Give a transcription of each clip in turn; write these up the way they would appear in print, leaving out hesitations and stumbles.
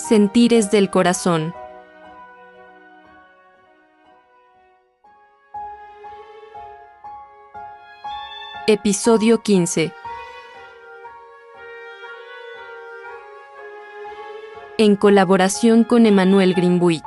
Sentires del corazón. Episodio 15. En colaboración con Emanuel Greenwich.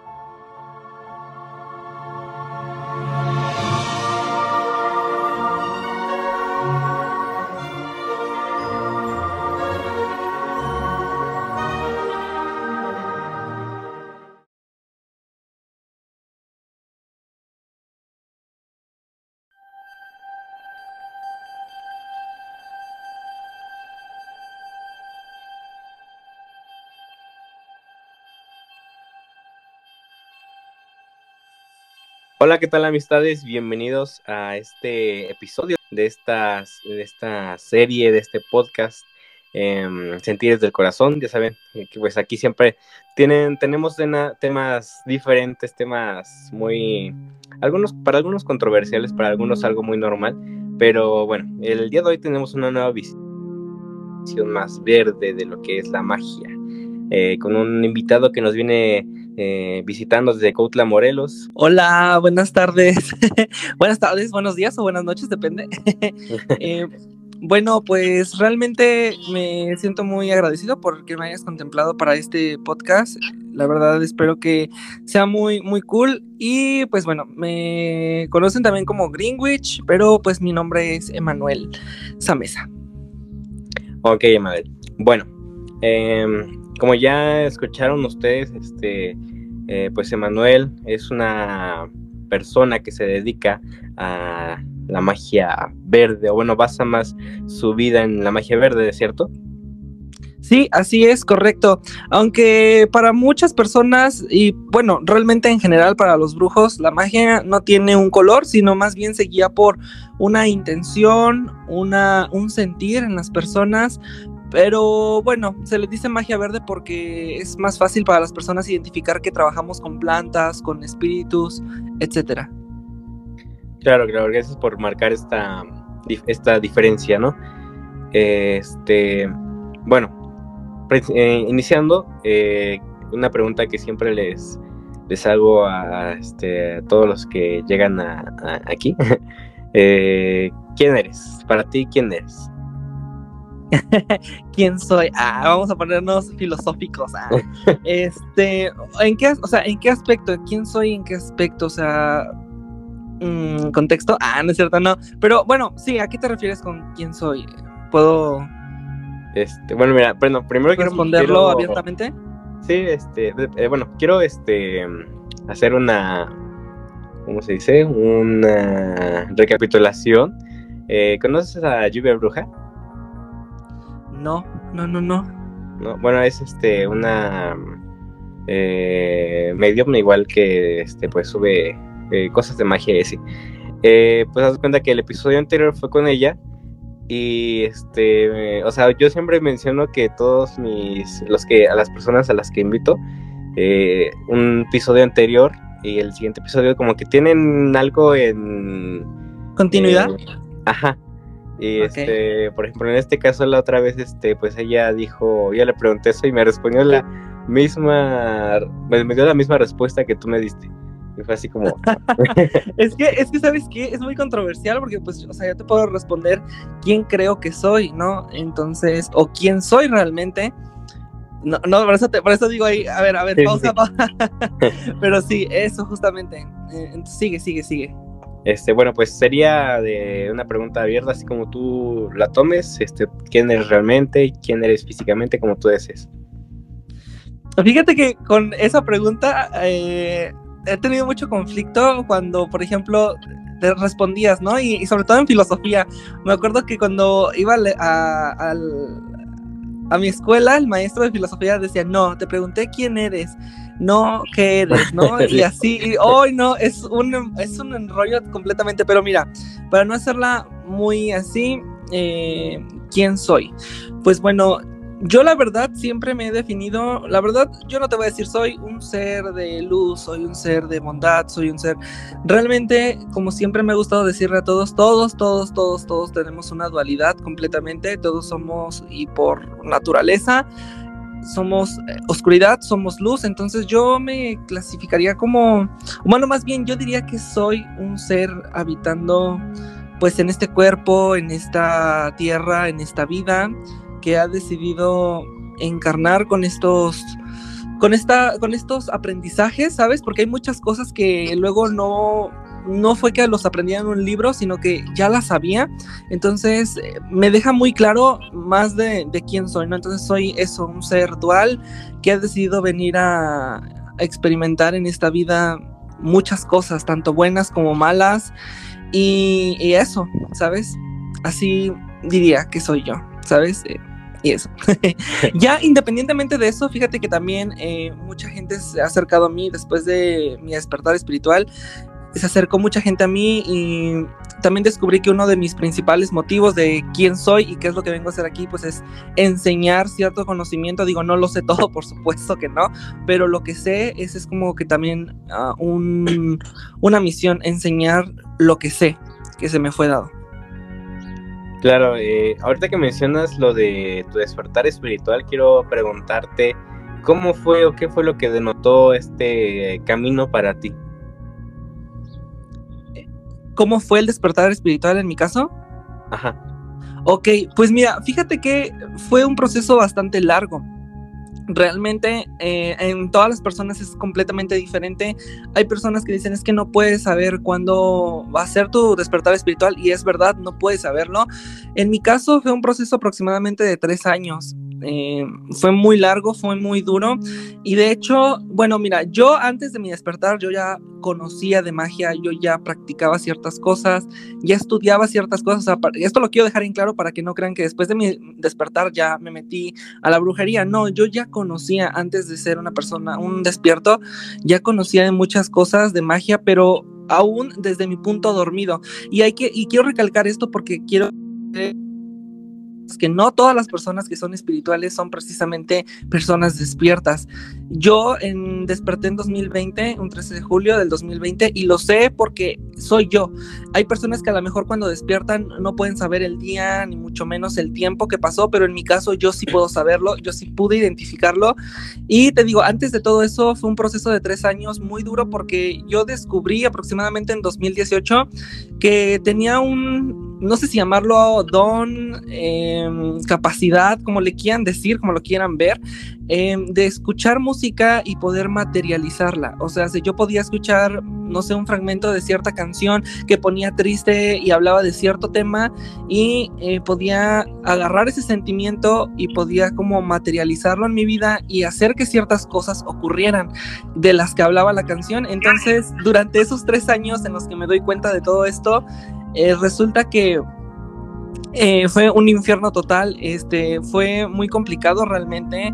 Hola, ¿qué tal, amistades? Bienvenidos a este episodio de esta serie, de este podcast, Sentires del Corazón. Ya saben que pues aquí siempre tenemos temas diferentes, temas para algunos controversiales, para algunos algo muy normal, pero bueno, el día de hoy tenemos una nueva visión más verde de lo que es la magia, con un invitado que nos viene visitando desde Cuautla, Morelos. Hola, buenas tardes. Buenas tardes, buenos días o buenas noches, depende. Bueno, pues realmente me siento muy agradecido porque me hayas contemplado para este podcast. La verdad espero que sea muy, muy cool. Y pues bueno, me conocen también como Greenwich, pero pues mi nombre es Emanuel Samesa. Ok, Emanuel. Bueno, como ya escucharon ustedes, pues Emanuel es una persona que se dedica a la magia verde, o bueno, basa más su vida en la magia verde, ¿cierto? Sí, así es, correcto. Aunque para muchas personas, y bueno, realmente en general para los brujos, la magia no tiene un color, sino más bien se guía por una intención, un sentir en las personas. Pero bueno, se les dice magia verde porque es más fácil para las personas identificar que trabajamos con plantas, con espíritus, etcétera. Claro, gracias por marcar esta diferencia, ¿no? Bueno, iniciando, una pregunta que siempre les hago a todos los que llegan aquí. ¿Quién eres? Para ti, ¿quién eres? ¿Quién soy? Vamos a ponernos filosóficos. ¿En qué aspecto? ¿Quién soy? ¿En qué aspecto? O sea, contexto. No es cierto, no. Pero bueno, sí, ¿a qué te refieres con quién soy? ¿Puedo bueno, mira, bueno, primero responderlo abiertamente? Sí, bueno, quiero hacer una, ¿cómo se dice? Una recapitulación. ¿Conoces a Lluvia Bruja? No. No, bueno, es una medium igual que pues sube cosas de magia y así. Pues haz cuenta que el episodio anterior fue con ella. Y o sea, yo siempre menciono que a las personas a las que invito, un episodio anterior y el siguiente episodio como que tienen algo en ¿continuidad? Ajá. Y okay. Por ejemplo, en este caso la otra vez, pues ella dijo, yo le pregunté eso y me respondió me dio la misma respuesta que tú me diste. Y fue así como... es que, ¿sabes qué? Es muy controversial porque, pues, o sea, yo te puedo responder quién creo que soy, ¿no? Entonces, o quién soy realmente. No, por eso digo ahí, a ver, sí, pausa. Pero sí, eso justamente. Entonces, sigue. Bueno, pues sería de una pregunta abierta, así como tú la tomes, quién eres realmente, quién eres físicamente, como tú desees. Fíjate que con esa pregunta he tenido mucho conflicto cuando, por ejemplo, te respondías, ¿no? Y sobre todo en filosofía. Me acuerdo que cuando iba a mi escuela, el maestro de filosofía decía, no, te pregunté quién eres, no qué eres, ¿no? Y así, y hoy no, es un enrollo completamente, pero mira, para no hacerla muy así, ¿quién soy? Pues bueno, yo la verdad siempre me he definido, la verdad yo no te voy a decir soy un ser de luz, soy un ser de bondad, soy un ser, realmente como siempre me ha gustado decirle a todos tenemos una dualidad completamente, todos somos y por naturaleza somos oscuridad, somos luz, entonces yo me clasificaría como, bueno, más bien yo diría que soy un ser habitando pues en este cuerpo, en esta tierra, en esta vida, que ha decidido encarnar con estos aprendizajes, ¿sabes? Porque hay muchas cosas que luego no fue que los aprendía en un libro, sino que ya las sabía. Entonces me deja muy claro más de quién soy, ¿no? Entonces soy eso, un ser dual que ha decidido venir a experimentar en esta vida muchas cosas, tanto buenas como malas, y eso, ¿sabes? Así diría que soy yo, ¿sabes? Y eso. Ya independientemente de eso, fíjate que también mucha gente se ha acercado a mí después de mi despertar espiritual. Se acercó mucha gente a mí y también descubrí que uno de mis principales motivos de quién soy y qué es lo que vengo a hacer aquí, pues es enseñar cierto conocimiento. Digo, no lo sé todo, por supuesto que no, pero lo que sé es como que también una misión, enseñar lo que sé, que se me fue dado. Claro, ahorita que mencionas lo de tu despertar espiritual, quiero preguntarte cómo fue o qué fue lo que denotó este camino para ti. ¿Cómo fue el despertar espiritual en mi caso? Ajá. Ok, pues mira, fíjate que fue un proceso bastante largo. Realmente en todas las personas es completamente diferente. Hay personas que dicen es que no puedes saber cuándo va a ser tu despertar espiritual, y es verdad, no puedes saberlo. En mi caso fue un proceso aproximadamente de 3 años. Fue muy largo, fue muy duro, y de hecho, bueno, mira, yo antes de mi despertar yo ya conocía de magia, yo ya practicaba ciertas cosas, ya estudiaba ciertas cosas. O sea, esto lo quiero dejar en claro para que no crean que después de mi despertar ya me metí a la brujería. No, yo ya conocía antes de ser una persona, un despierto, ya conocía de muchas cosas de magia, pero aún desde mi punto dormido. Y quiero recalcar esto porque quiero que no todas las personas que son espirituales son precisamente personas despiertas. Yo desperté en 2020, un 13 de julio del 2020, y lo sé porque soy yo. Hay personas que a lo mejor cuando despiertan no pueden saber el día, ni mucho menos el tiempo que pasó, pero en mi caso yo sí puedo saberlo, yo sí pude identificarlo. Y te digo, antes de todo eso fue un proceso de 3 años muy duro, porque yo descubrí aproximadamente en 2018 que tenía no sé si llamarlo don, capacidad, como le quieran decir, como lo quieran ver, de escuchar música y poder materializarla. O sea, si yo podía escuchar, no sé, un fragmento de cierta canción que ponía triste y hablaba de cierto tema, y podía agarrar ese sentimiento y podía como materializarlo en mi vida y hacer que ciertas cosas ocurrieran de las que hablaba la canción. Entonces, durante esos 3 años en los que me doy cuenta de todo esto, resulta que fue un infierno total. Fue muy complicado realmente.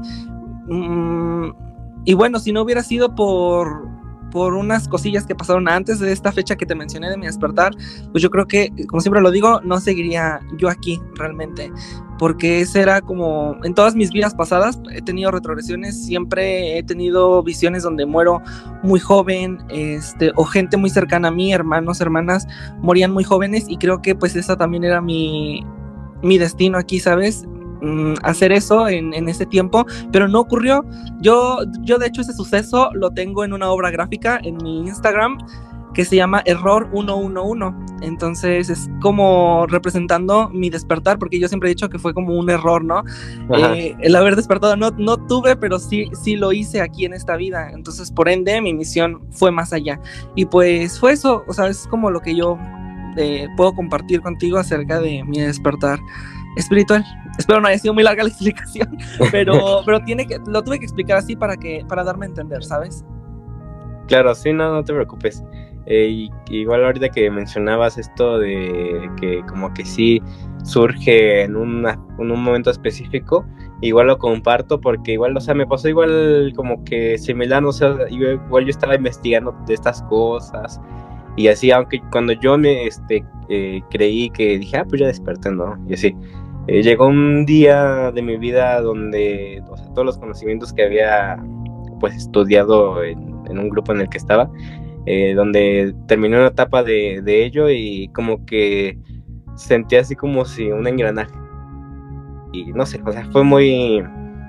Y bueno, si no hubiera sido por unas cosillas que pasaron antes de esta fecha que te mencioné de mi despertar, pues yo creo que, como siempre lo digo, no seguiría yo aquí realmente, porque ese era como, en todas mis vidas pasadas he tenido retrogresiones, siempre he tenido visiones donde muero muy joven, o gente muy cercana a mí, hermanos, hermanas, morían muy jóvenes, y creo que pues esa también era mi destino aquí, ¿sabes? Hacer eso en ese tiempo, pero no ocurrió. Yo de hecho ese suceso lo tengo en una obra gráfica en mi Instagram que se llama Error 111. Entonces es como representando mi despertar, porque yo siempre he dicho que fue como un error, ¿no? El haber despertado, no tuve, pero sí lo hice aquí en esta vida. Entonces, por ende, mi misión fue más allá. Y pues fue eso, o sea, es como lo que yo puedo compartir contigo acerca de mi despertar espiritual. Espero no haya sido muy larga la explicación, pero lo tuve que explicar así para darme a entender, ¿sabes? Claro, sí, no te preocupes. Igual ahorita que mencionabas esto de que como que sí surge en un momento específico, igual lo comparto, porque igual, o sea, me pasó igual como que similar, o sea, igual yo estaba investigando de estas cosas y así, aunque cuando yo me creí que dije, pues ya desperté, ¿no? Y así, llegó un día de mi vida donde, o sea, todos los conocimientos que había pues estudiado en un grupo en el que estaba, donde terminé una etapa de ello, y como que sentí así como si un engranaje, y no sé, o sea, fue muy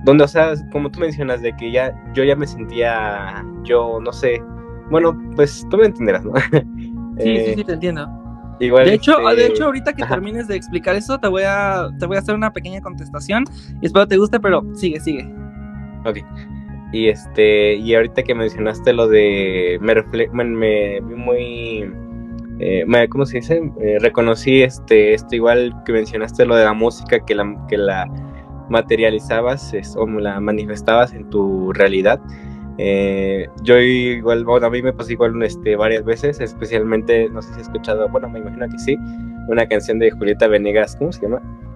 donde, o sea, como tú mencionas, de que yo ya me sentía, yo no sé, bueno, pues tú me entenderás, ¿no? Sí, te entiendo. Igual, de hecho, ahorita que termines de explicar eso, te voy a hacer una pequeña contestación y espero te guste, pero sigue. Ok. Y ahorita que mencionaste lo de me vi muy ¿cómo se dice? Reconocí esto igual que mencionaste lo de la música, que la materializabas o la manifestabas en tu realidad. Yo igual, bueno, a mí me pasó igual varias veces, especialmente, no sé si has escuchado, bueno, me imagino que sí, una canción de Julieta Venegas, ¿cómo se llama?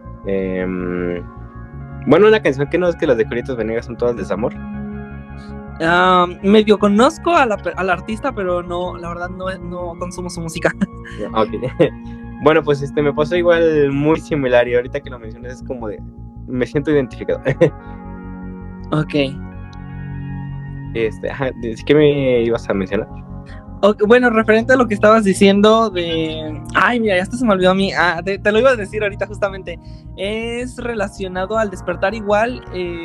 Bueno, una canción que no es que las de Julieta Venegas son todas desamor. Medio conozco a la artista, pero no, la verdad no consumo su música. Okay. Bueno, pues me pasó igual muy similar, y ahorita que lo mencionas es como de, me siento identificado. Ok. ¿Qué me ibas a mencionar? Okay, bueno, referente a lo que estabas diciendo de... Ay, mira, ya hasta se me olvidó a mí. Te lo iba a decir ahorita justamente. Es relacionado al despertar igual.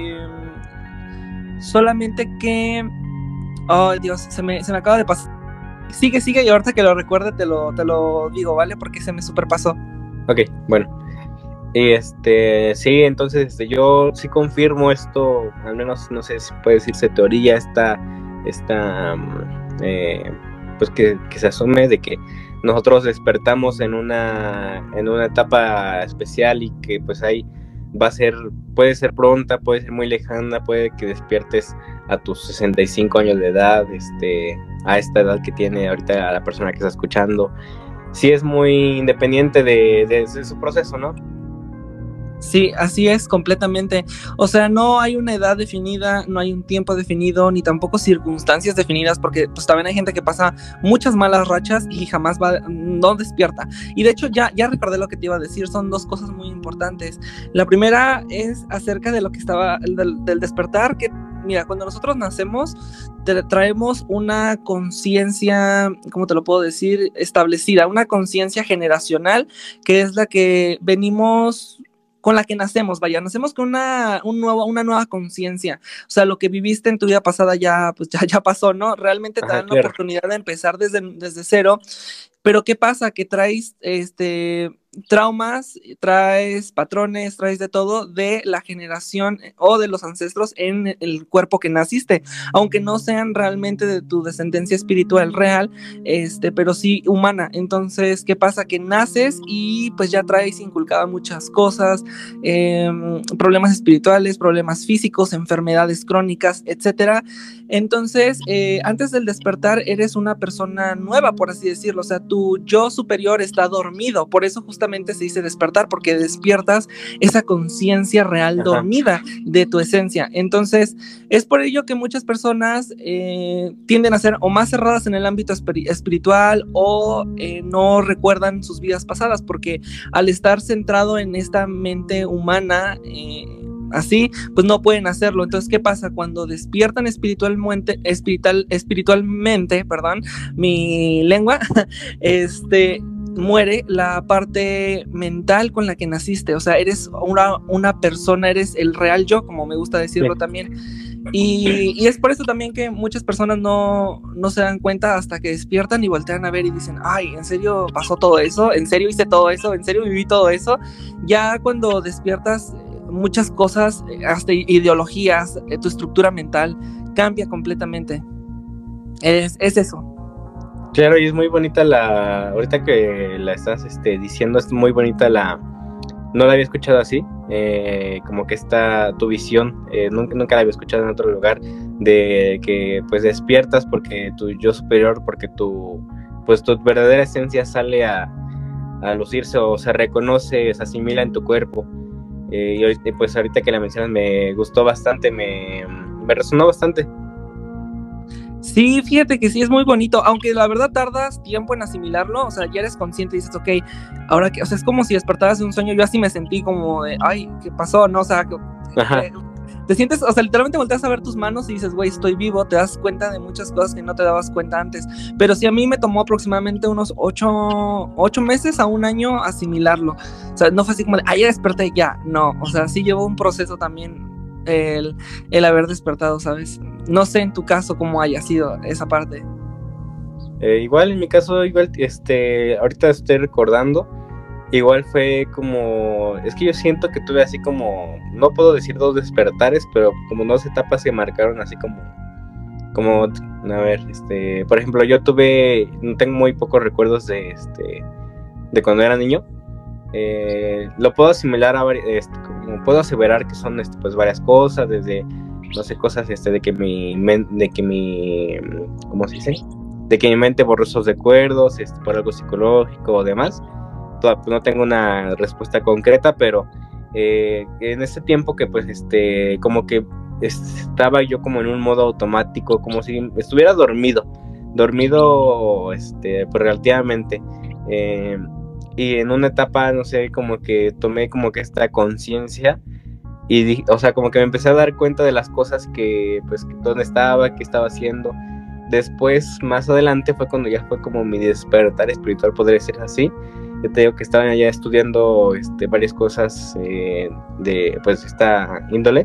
Solamente que... Oh, Dios, se me acaba de pasar. Sigue, y ahorita que lo recuerde te lo digo, ¿vale? Porque se me superpasó. Ok, bueno. Sí, entonces yo sí confirmo esto, al menos no sé si puede decirse teoría, pues que se asume de que nosotros despertamos en una etapa especial, y que pues ahí puede ser pronta, puede ser muy lejana, puede que despiertes a tus 65 años de edad, a esta edad que tiene ahorita la persona que está escuchando. Sí, es muy independiente de su proceso, ¿no? Sí, así es completamente. O sea, no hay una edad definida, no hay un tiempo definido, ni tampoco circunstancias definidas, porque pues también hay gente que pasa muchas malas rachas y jamás no despierta. Y de hecho ya recordé lo que te iba a decir, son dos cosas muy importantes. La primera es acerca de lo que estaba, del despertar, que mira, cuando nosotros nacemos, traemos una conciencia, ¿cómo te lo puedo decir? Establecida, una conciencia generacional, que es la que venimos... con la que nacemos con una nueva conciencia. O sea, lo que viviste en tu vida pasada ya pasó, ¿no? Realmente te dan la oportunidad de empezar desde cero. Pero ¿qué pasa? Que traes traumas, traes patrones, traes de todo de la generación o de los ancestros en el cuerpo que naciste, aunque no sean realmente de tu descendencia espiritual real, pero sí humana. Entonces, ¿qué pasa? Que naces y pues ya traes inculcadas muchas cosas, problemas espirituales, problemas físicos, enfermedades crónicas, etcétera. Entonces, antes del despertar eres una persona nueva, por así decirlo. O sea, tu yo superior está dormido, por eso justamente se dice despertar, porque despiertas esa conciencia real dormida de tu esencia. Entonces, es por ello que muchas personas tienden a ser o más cerradas en el ámbito espiritual, o no recuerdan sus vidas pasadas, porque al estar centrado en esta mente humana, así, pues no pueden hacerlo. Entonces, ¿qué pasa? Cuando despiertan espiritualmente, perdón, mi lengua, muere la parte mental con la que naciste. O sea, eres una persona, eres el real yo, como me gusta decirlo también. Y es por eso también que muchas personas no se dan cuenta hasta que despiertan y voltean a ver y dicen, ay, ¿en serio pasó todo eso? ¿En serio hice todo eso? ¿En serio viví todo eso? Ya cuando despiertas, muchas cosas, hasta ideologías, tu estructura mental cambia completamente. Es eso. Claro, y es muy bonita ahorita que la estás diciendo, es muy bonita no la había escuchado así, como que tu visión, nunca la había escuchado en otro lugar, de que pues despiertas porque tu yo superior, porque tu verdadera esencia sale a lucirse, o se reconoce, se asimila en tu cuerpo. Y pues ahorita que la mencionas me gustó bastante, me resonó bastante. Sí, fíjate que sí, es muy bonito, aunque la verdad tardas tiempo en asimilarlo. O sea, ya eres consciente y dices, ok, ahora que, o sea, es como si despertaras de un sueño. Yo así me sentí como de, ay, ¿qué pasó? No, o sea, te sientes, o sea, literalmente volteas a ver tus manos y dices, güey, estoy vivo. Te das cuenta de muchas cosas que no te dabas cuenta antes. Pero sí, a mí me tomó aproximadamente unos 8 meses a un año asimilarlo. O sea, no fue así como de, ya desperté, ya. No, o sea, sí llevó un proceso también el haber despertado, ¿sabes? No sé en tu caso cómo haya sido esa parte. Igual en mi caso, igual, ahorita estoy recordando, igual fue como, es que yo siento que tuve así como, no puedo decir 2 despertares, pero como 2 etapas que marcaron así como, a ver, por ejemplo, tengo muy pocos recuerdos de cuando era niño. Lo puedo asimilar a como puedo aseverar que son pues varias cosas, desde, no sé, cosas de que ¿cómo se dice? De que mi mente borró esos recuerdos, por algo psicológico o demás. Pues no tengo una respuesta concreta, pero en ese tiempo que pues como que estaba yo como en un modo automático, como si estuviera dormido, pues relativamente, y en una etapa, no sé, como que tomé como que esta conciencia y o sea, como que me empecé a dar cuenta de las cosas que, pues, dónde estaba, qué estaba haciendo. Después, más adelante, fue cuando ya fue como mi despertar espiritual, podría ser así. Yo te digo que estaba ya estudiando varias cosas de pues esta índole.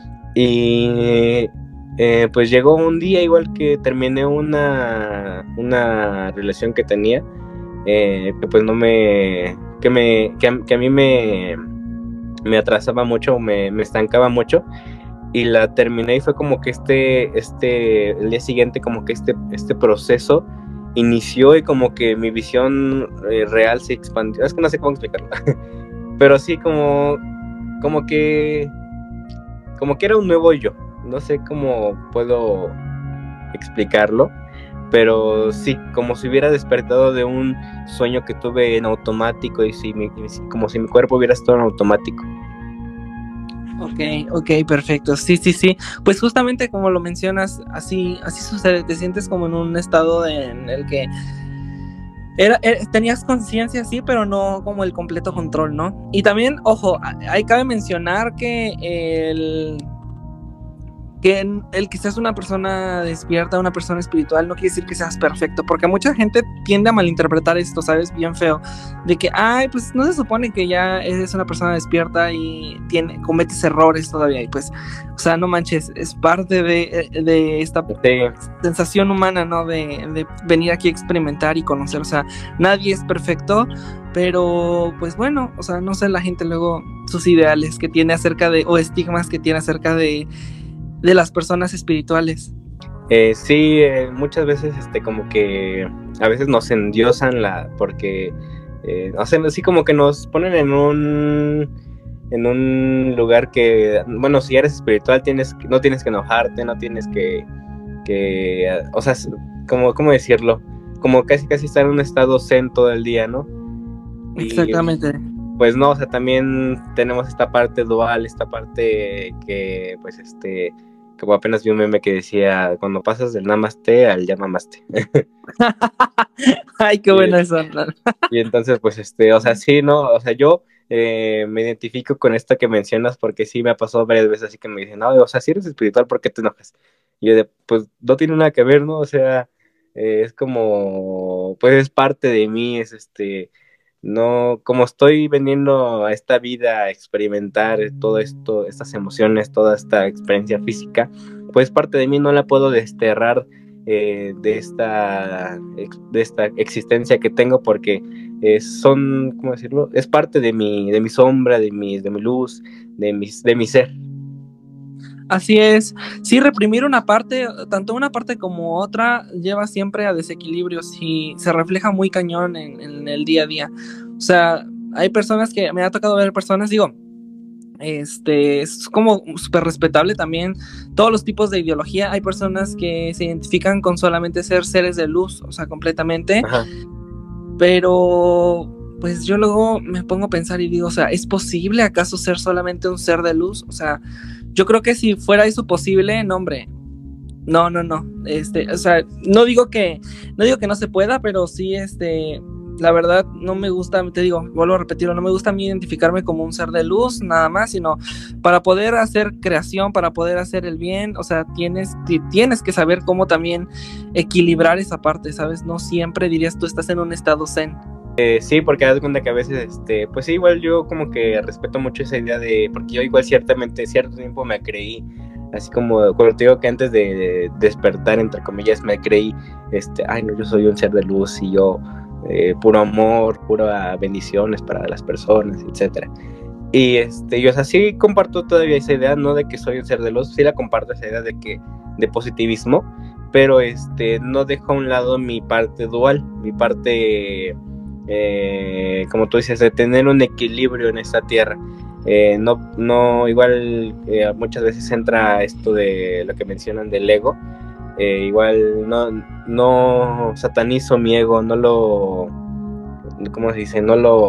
Y pues llegó un día, igual que terminé una relación que tenía, que pues no me... que a mí me atrasaba mucho, me estancaba mucho. Y la terminé y fue como que el día siguiente como que este proceso inició y como que mi visión real se expandió. Es que no sé cómo explicarlo, pero sí como que era un nuevo yo. No sé cómo puedo explicarlo, pero sí, como si hubiera despertado de un sueño que tuve en automático y como si mi cuerpo hubiera estado en automático. Ok, perfecto, sí, pues justamente como lo mencionas, así sucede, te sientes como en un estado en el que tenías conciencia, sí, pero no como el completo control, ¿no? Y también, ojo, ahí cabe mencionar que el que seas una persona despierta, una persona espiritual, no quiere decir que seas perfecto, porque mucha gente tiende a malinterpretar esto, ¿sabes? Bien feo, de que, pues no se supone que ya eres una persona despierta y cometes errores todavía, y pues, o sea, no manches, es parte de esta sensación humana, ¿no? De venir aquí a experimentar y conocer, o sea, nadie es perfecto, pero pues bueno, o sea, no sé, la gente luego sus ideales que tiene o estigmas que tiene acerca de las personas espirituales. Sí, muchas veces como que a veces nos endiosan porque o sea, así como que nos ponen en un lugar que, bueno, si eres espiritual no tienes que enojarte, no tienes que o sea, ¿cómo decirlo? Como casi estar en un estado zen todo el día, ¿no? Exactamente. Pues no, o sea, también tenemos esta parte dual, esta parte que pues como apenas vi un meme que decía, cuando pasas del namaste al ya mamaste. Ay, qué bueno eso. Y entonces, pues, o sea, sí, ¿no? O sea, yo me identifico con esto que mencionas porque sí me ha pasado varias veces así que me dicen, no, o sea, si eres espiritual, ¿por qué te enojas? Y yo pues, no tiene nada que ver, ¿no? O sea, es como, pues, es parte de mí, no, como estoy veniendo a esta vida a experimentar todo esto, estas emociones, toda esta experiencia física, pues parte de mí no la puedo desterrar de esta existencia que tengo porque ¿cómo decirlo? Es parte de mi sombra, de mi luz, de mi ser. Así es, sí, reprimir una parte, tanto una parte como otra, lleva siempre a desequilibrios y se refleja muy cañón en el día a día. O sea, hay personas que me ha tocado ver personas, digo, es como súper respetable también todos los tipos de ideología. Hay personas que se identifican con solamente ser seres de luz, o sea, completamente. Ajá. Pero pues yo luego me pongo a pensar y digo, o sea, ¿es posible acaso ser solamente un ser de luz? O sea, yo creo que si fuera eso posible, no, hombre, no, o sea, no digo que no se pueda, pero sí, la verdad no me gusta, te digo, vuelvo a repetirlo, no me gusta a mí identificarme como un ser de luz, nada más, sino para poder hacer creación, para poder hacer el bien, o sea, tienes que saber cómo también equilibrar esa parte, ¿sabes? No siempre dirías tú estás en un estado zen. Sí, porque haz de cuenta que a veces, pues sí, igual yo como que respeto mucho esa idea porque yo igual ciertamente cierto tiempo me creí, así como cuando te digo que antes de despertar, entre comillas, me creí, ay no, yo soy un ser de luz y yo, puro amor, pura bendiciones para las personas, etcétera. Y yo, o sea, sí comparto todavía esa idea, no de que soy un ser de luz, sí la comparto esa idea de positivismo, pero no dejo a un lado mi parte dual, mi parte, como tú dices, de tener un equilibrio en esta tierra. No, igual muchas veces entra esto de lo que mencionan del ego. Igual no satanizo mi ego, ¿cómo se dice?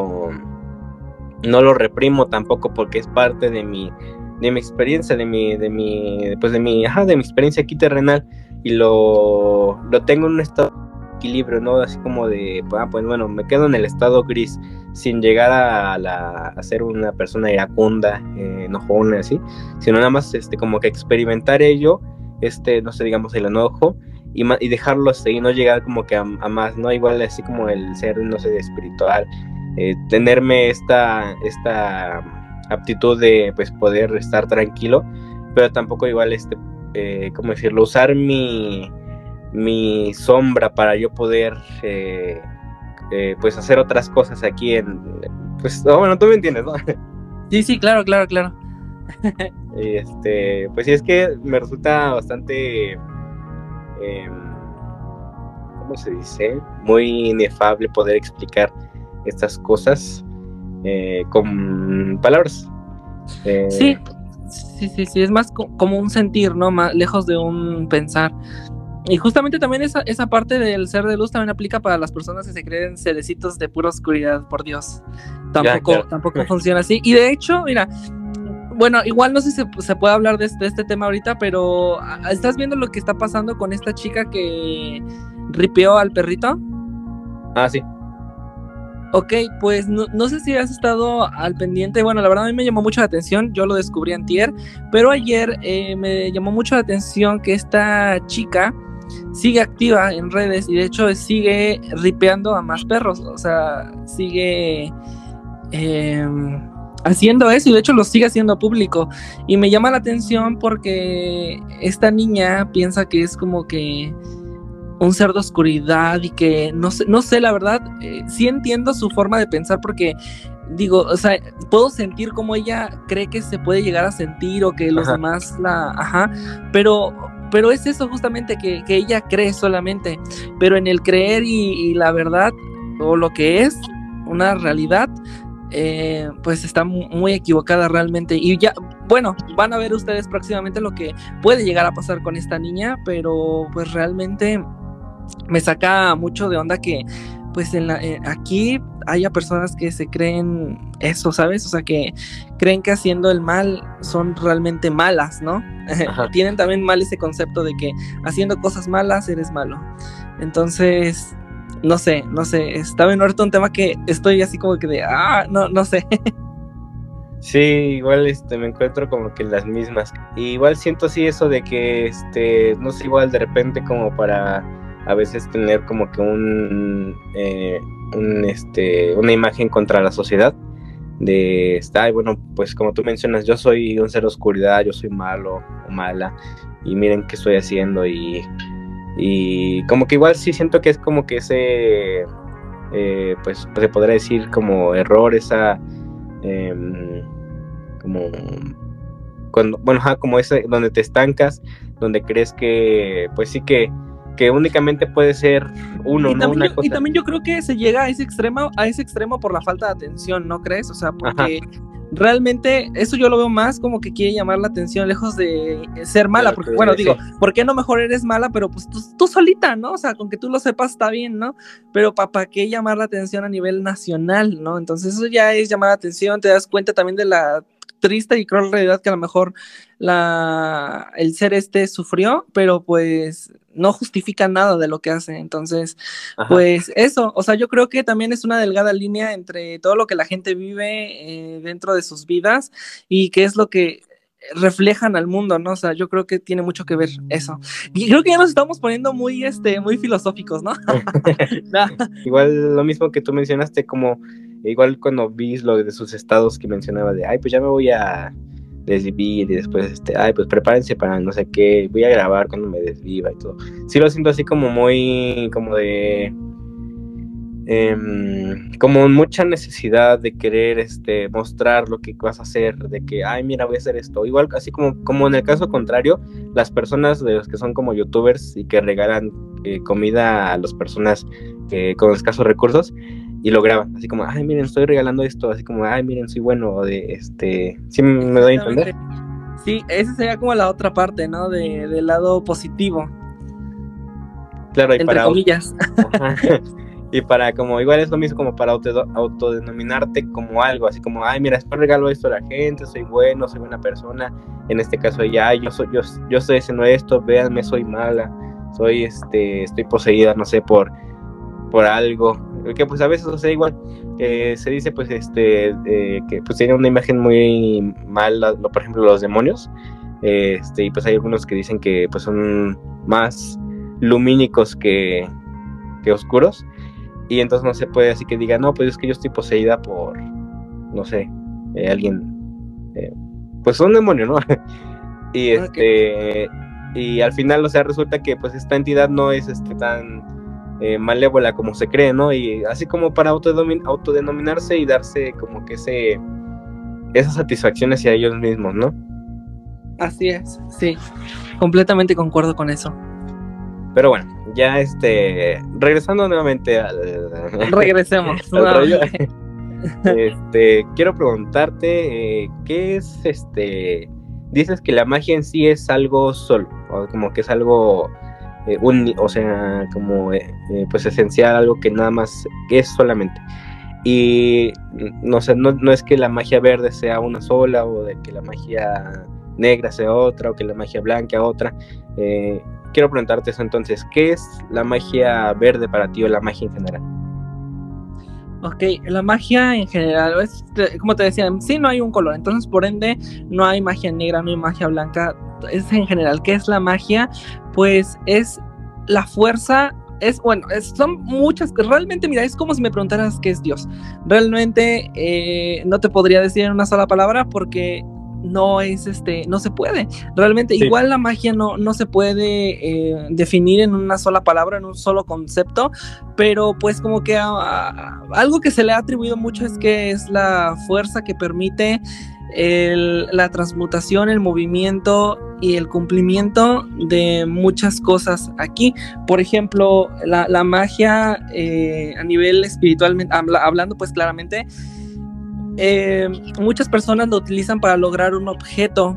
No lo reprimo tampoco, porque es parte de mi experiencia, de mi experiencia aquí terrenal, y lo tengo en un estado de equilibrio, ¿no? Así como de, pues bueno, me quedo en el estado gris, sin llegar a ser una persona iracunda, enojona, así, sino nada más, como que experimentar ello, no sé, digamos, el enojo, y dejarlo así, y no llegar como que a más, ¿no? Igual así como el ser, no sé, espiritual, tenerme esta aptitud de, pues, poder estar tranquilo, pero tampoco igual, ¿cómo decirlo? Usar mi sombra para yo poder, pues, hacer otras cosas aquí pues, bueno, tú me entiendes, ¿no? Sí, claro. Y pues sí, es que me resulta bastante, ¿cómo se dice? Muy inefable poder explicar estas cosas con palabras. Sí, es más como un sentir, ¿no? Más lejos de un pensar. Y justamente también esa parte del ser de luz también aplica para las personas que se creen cerecitos de pura oscuridad, por Dios. Tampoco funciona así. Y de hecho, mira, bueno, igual no sé si se puede hablar de este tema ahorita, pero ¿estás viendo lo que está pasando con esta chica que ripeó al perrito? Ah, sí. Ok, pues no sé si has estado al pendiente. Bueno, la verdad a mí me llamó mucho la atención. Yo lo descubrí antier, pero ayer me llamó mucho la atención que esta chica sigue activa en redes y de hecho sigue ripeando a más perros. O sea, sigue haciendo eso y de hecho lo sigue haciendo público. Y me llama la atención porque esta niña piensa que es como que un ser de oscuridad y que no sé la verdad, sí entiendo su forma de pensar porque digo, o sea, puedo sentir como ella cree que se puede llegar a sentir o que los demás pero es eso justamente que ella cree solamente, pero en el creer y la verdad o lo que es una realidad, pues está muy equivocada realmente. Y ya, bueno, van a ver ustedes próximamente lo que puede llegar a pasar con esta niña, pero pues realmente me saca mucho de onda que pues aquí haya personas que se creen eso, ¿sabes? O sea, que creen que haciendo el mal son realmente malas, ¿no? Tienen también mal ese concepto de que haciendo cosas malas eres malo. Entonces, no sé, está bien ahorita un tema que estoy así como que de, no sé. Sí, igual me encuentro como que en las mismas. Y igual siento así eso de que, no sé, igual de repente como para a veces tener como que una imagen contra la sociedad de, bueno, pues como tú mencionas, yo soy un ser de oscuridad, yo soy malo o mala y miren qué estoy haciendo y como que igual sí siento que es como que ese, pues se podría decir como error, esa, como cuando, bueno, como ese donde te estancas, donde crees que, pues sí que únicamente puede ser uno, y ¿no? También una yo, cosa. y también yo creo que se llega a ese extremo por la falta de atención, ¿no crees? O sea, porque realmente eso yo lo veo más como que quiere llamar la atención lejos de ser mala, porque bueno, digo, ¿por qué no mejor eres mala? Pero pues tú solita, ¿no? O sea, con que tú lo sepas está bien, ¿no? Pero ¿para qué llamar la atención a nivel nacional, ¿no? Entonces eso ya es llamar la atención, te das cuenta también de la triste y cruel realidad que a lo mejor el ser sufrió, pero pues no justifica nada de lo que hace. Entonces, pues eso, o sea, yo creo que también es una delgada línea entre todo lo que la gente vive dentro de sus vidas y qué es lo que reflejan al mundo, ¿no? O sea, yo creo que tiene mucho que ver eso. Y creo que ya nos estamos poniendo muy filosóficos, ¿no? Igual lo mismo que tú mencionaste, como igual cuando vi lo de sus estados que mencionaba de, ay, pues ya me voy a desvivir y después, ay, pues prepárense para no sé qué, voy a grabar cuando me desviva y todo. Sí lo siento así como muy, como de... como mucha necesidad de querer mostrar lo que vas a hacer, de que, ay, mira, voy a hacer esto. Igual, así como en el caso contrario, las personas de los que son como youtubers y que regalan comida a las personas con escasos recursos y lo graban, así como, ay, miren, estoy regalando esto, así como, ay, miren, soy bueno, o de ¿sí me doy a entender? Sí, esa sería como la otra parte, ¿no? Del lado positivo. Claro, y entre para comillas. Y para como, igual es lo mismo como para autodenominarte como algo, así como, ay, mira, después regalo esto a la gente, soy bueno, soy buena persona. En este caso ya, yo estoy haciendo esto, véanme, soy mala, soy estoy poseída, no sé, por algo. Que pues a veces, o sea, igual se dice pues que pues tiene una imagen muy mala, por ejemplo, los demonios. Y pues hay algunos que dicen que pues son más lumínicos que oscuros. Y entonces no se puede así que diga, no, pues es que yo estoy poseída por, no sé, alguien, pues un demonio, ¿no? Y Okay. y al final, o sea, resulta que pues esta entidad no es tan malévola como se cree, ¿no? Y así como para autodenominarse y darse como que esas satisfacciones hacia ellos mismos, ¿no? Así es, sí, completamente concuerdo con eso. Pero bueno, ya regresando nuevamente regresemos al rollo. Quiero preguntarte ¿qué es dices que la magia en sí es algo solo, o como que es algo o sea, como pues esencial, algo que nada más es solamente, y no sé, no es que la magia verde sea una sola, o de que la magia negra sea otra, o que la magia blanca otra. Quiero preguntarte eso entonces, ¿qué es la magia verde para ti, o la magia en general? Ok, la magia en general, como te decía, sí, no hay un color, entonces por ende no hay magia negra, no hay magia blanca, es en general. ¿Qué es la magia? Pues es la fuerza, son muchas, realmente mira, es como si me preguntaras qué es Dios. Realmente no te podría decir en una sola palabra porque no es no se puede. Realmente, sí. Igual la magia no se puede definir en una sola palabra, en un solo concepto, pero pues como que algo que se le ha atribuido mucho es que es la fuerza que permite la transmutación, el movimiento y el cumplimiento de muchas cosas aquí. Por ejemplo, la magia a nivel espiritualmente hablando, pues claramente muchas personas lo utilizan para lograr un objetivo.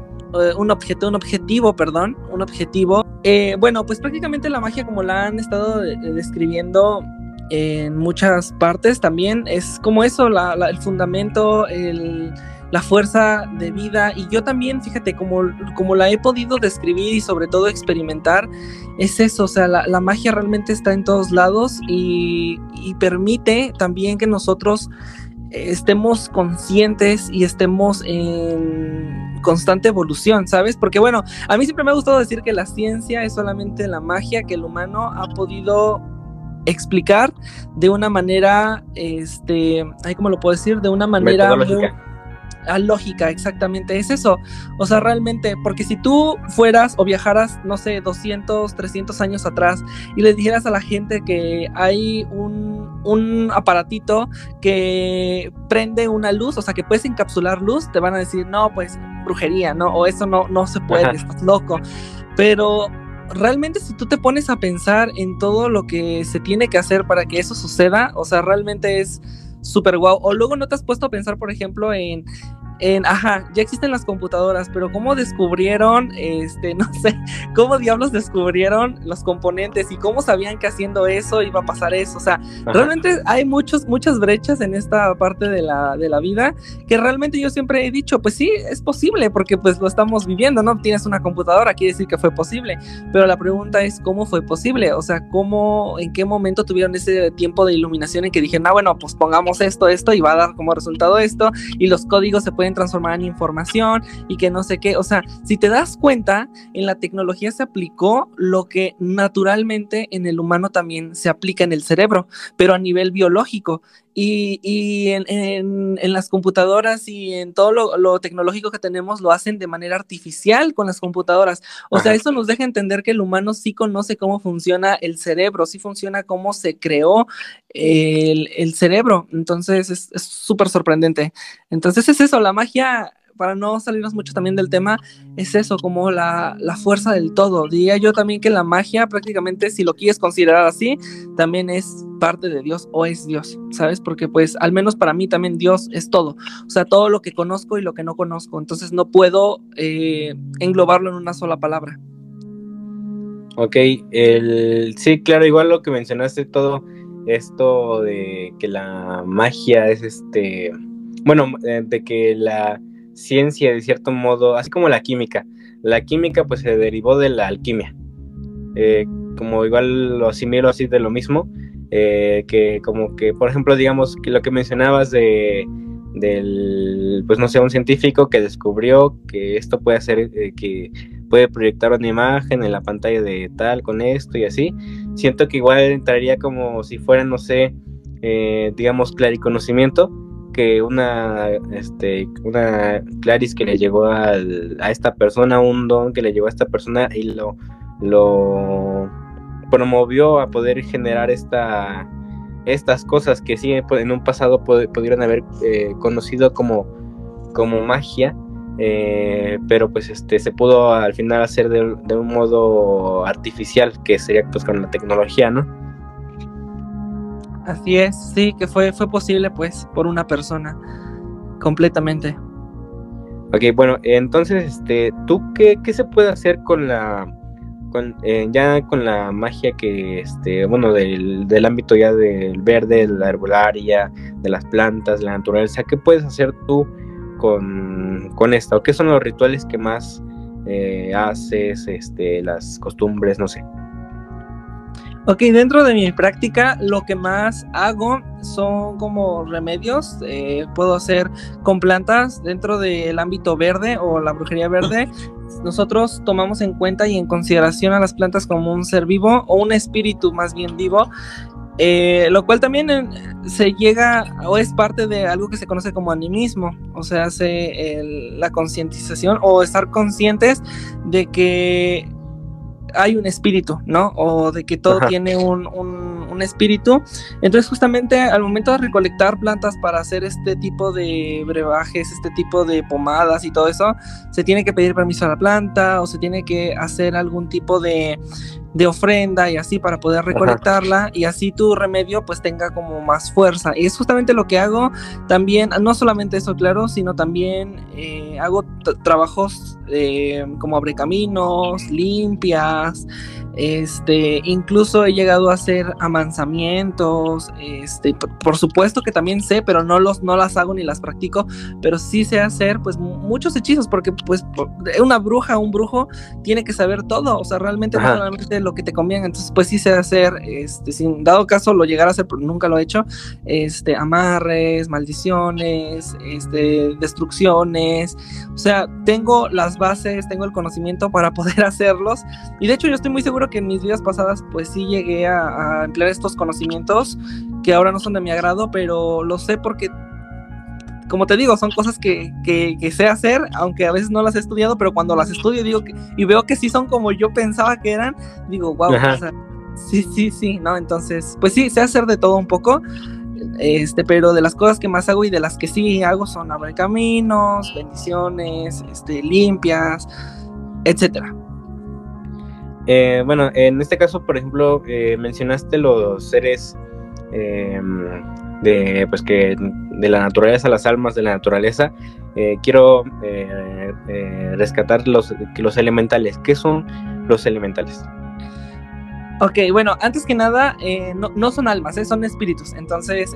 Bueno, pues prácticamente la magia, como la han estado describiendo en muchas partes, también es como eso, el fundamento, la fuerza de vida. Y yo también, fíjate, como la he podido describir y sobre todo experimentar, es eso, o sea, la magia realmente está en todos lados y permite también que nosotros estemos conscientes y estemos en constante evolución, ¿sabes? Porque bueno, a mí siempre me ha gustado decir que la ciencia es solamente la magia que el humano ha podido explicar de una manera, ¿cómo lo puedo decir? De una manera muy lógica, exactamente, es eso. O sea, realmente, porque si tú fueras o viajaras, no sé, 200, 300 años atrás y le dijeras a la gente que hay un aparatito que prende una luz, o sea, que puedes encapsular luz, te van a decir, no, pues brujería, ¿no? O eso no se puede, estás loco. Pero realmente, si tú te pones a pensar en todo lo que se tiene que hacer para que eso suceda, o sea, realmente es súper guau. O luego no te has puesto a pensar, por ejemplo, ya existen las computadoras, pero ¿cómo descubrieron, no sé, cómo diablos descubrieron los componentes y cómo sabían que haciendo eso iba a pasar eso? O sea, realmente hay muchas brechas en esta parte de la vida que realmente yo siempre he dicho, pues sí, es posible porque pues lo estamos viviendo, ¿no? Tienes una computadora, quiere decir que fue posible, pero la pregunta es ¿cómo fue posible? O sea, en qué momento tuvieron ese tiempo de iluminación en que dijeron, bueno, pues pongamos esto y va a dar como resultado esto, y los códigos se pueden pueden transformar en información y que no sé qué. O sea, si te das cuenta, en la tecnología se aplicó lo que naturalmente en el humano también se aplica en el cerebro, pero a nivel biológico. Y en las computadoras y en todo lo tecnológico que tenemos lo hacen de manera artificial con las computadoras. O sea, eso nos deja entender que el humano sí conoce cómo funciona el cerebro, sí funciona cómo se creó el cerebro. Entonces es súper sorprendente. Entonces es eso, la magia, para no salirnos mucho también del tema, es eso, como la fuerza del todo. Diría yo también que la magia prácticamente, si lo quieres considerar así, también es parte de Dios o es Dios, ¿sabes? Porque pues al menos para mí también Dios es todo, o sea, todo lo que conozco y lo que no conozco, entonces no puedo englobarlo en una sola palabra. Ok, sí, claro, igual lo que mencionaste, todo esto de que la magia es bueno, de que la ciencia de cierto modo, así como la química pues se derivó de la alquimia, como igual lo asimilo así de lo mismo, que como que, por ejemplo, digamos que lo que mencionabas del, pues no sé, un científico que descubrió que esto puede hacer, que puede proyectar una imagen en la pantalla de tal con esto y así, siento que igual entraría como si fuera, no sé, digamos, clariconocimiento, que una claris que le llegó a esta persona, un don que le llegó a esta persona y lo promovió a poder generar estas cosas que sí en un pasado pudieron haber conocido como magia, pero pues se pudo al final hacer de un modo artificial, que sería pues con la tecnología, ¿no? Así es, sí, que fue posible pues por una persona, completamente. Ok, bueno, entonces, ¿tú qué se puede hacer con ya con la magia que, bueno, del ámbito ya del verde, de la herbolaria, de las plantas, de la naturaleza? ¿Qué puedes hacer tú con esta? ¿O qué son los rituales que más haces, las costumbres, no sé? Ok, dentro de mi práctica lo que más hago son como remedios, puedo hacer con plantas dentro del ámbito verde o la brujería verde. Nosotros tomamos en cuenta y en consideración a las plantas como un ser vivo o un espíritu más bien vivo, lo cual también se llega o es parte de algo que se conoce como animismo, o sea, hace la concientización o estar conscientes de que hay un espíritu, ¿no? O de que todo tiene un espíritu. Entonces justamente al momento de recolectar plantas para hacer este tipo de brebajes, este tipo de pomadas y todo eso, se tiene que pedir permiso a la planta o se tiene que hacer algún tipo de ofrenda y así para poder recolectarla y así tu remedio pues tenga como más fuerza. Y es justamente lo que hago también, no solamente eso, claro, sino también hago trabajos como abrecaminos, limpias, incluso he llegado a hacer amansamientos, por supuesto que también sé, pero no las hago ni las practico, pero sí sé hacer pues muchos hechizos, porque pues una bruja, un brujo tiene que saber todo, o sea, realmente no solamente lo que te conviene. Entonces pues sí sé hacer, sin dado caso lo llegara a hacer, pero nunca lo he hecho, amarres, maldiciones, destrucciones, o sea, tengo las bases, tengo el conocimiento para poder hacerlos, y de hecho yo estoy muy seguro que en mis vidas pasadas pues sí llegué a emplear estos conocimientos que ahora no son de mi agrado, pero lo sé porque, como te digo, son cosas que sé hacer, aunque a veces no las he estudiado, pero cuando las estudio y veo que sí son como yo pensaba que eran, digo, wow, o sea, sí, ¿no? Entonces, pues sí, sé hacer de todo un poco, pero de las cosas que más hago y de las que sí hago son abrir caminos, bendiciones, limpias, etcétera. Bueno, en este caso, por ejemplo, mencionaste los seres pues que de la naturaleza, las almas de la naturaleza. Quiero rescatar los elementales. ¿Qué son los elementales? Ok, bueno, antes que nada, no son almas, son espíritus. Entonces,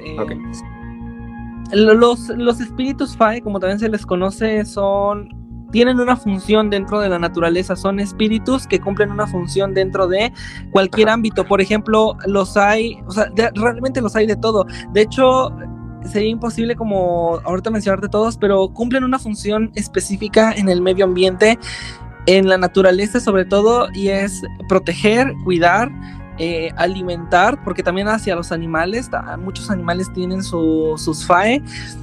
los espíritus Fae, como también se les conoce, tienen una función dentro de la naturaleza, son espíritus que cumplen una función dentro de cualquier ámbito. Por ejemplo, los hay, o sea, realmente los hay de todo. De hecho, sería imposible como ahorita mencionarte todos, pero cumplen una función específica en el medio ambiente, en la naturaleza sobre todo, y es proteger, cuidar, alimentar, porque también hacia los animales, muchos animales tienen sus FAE,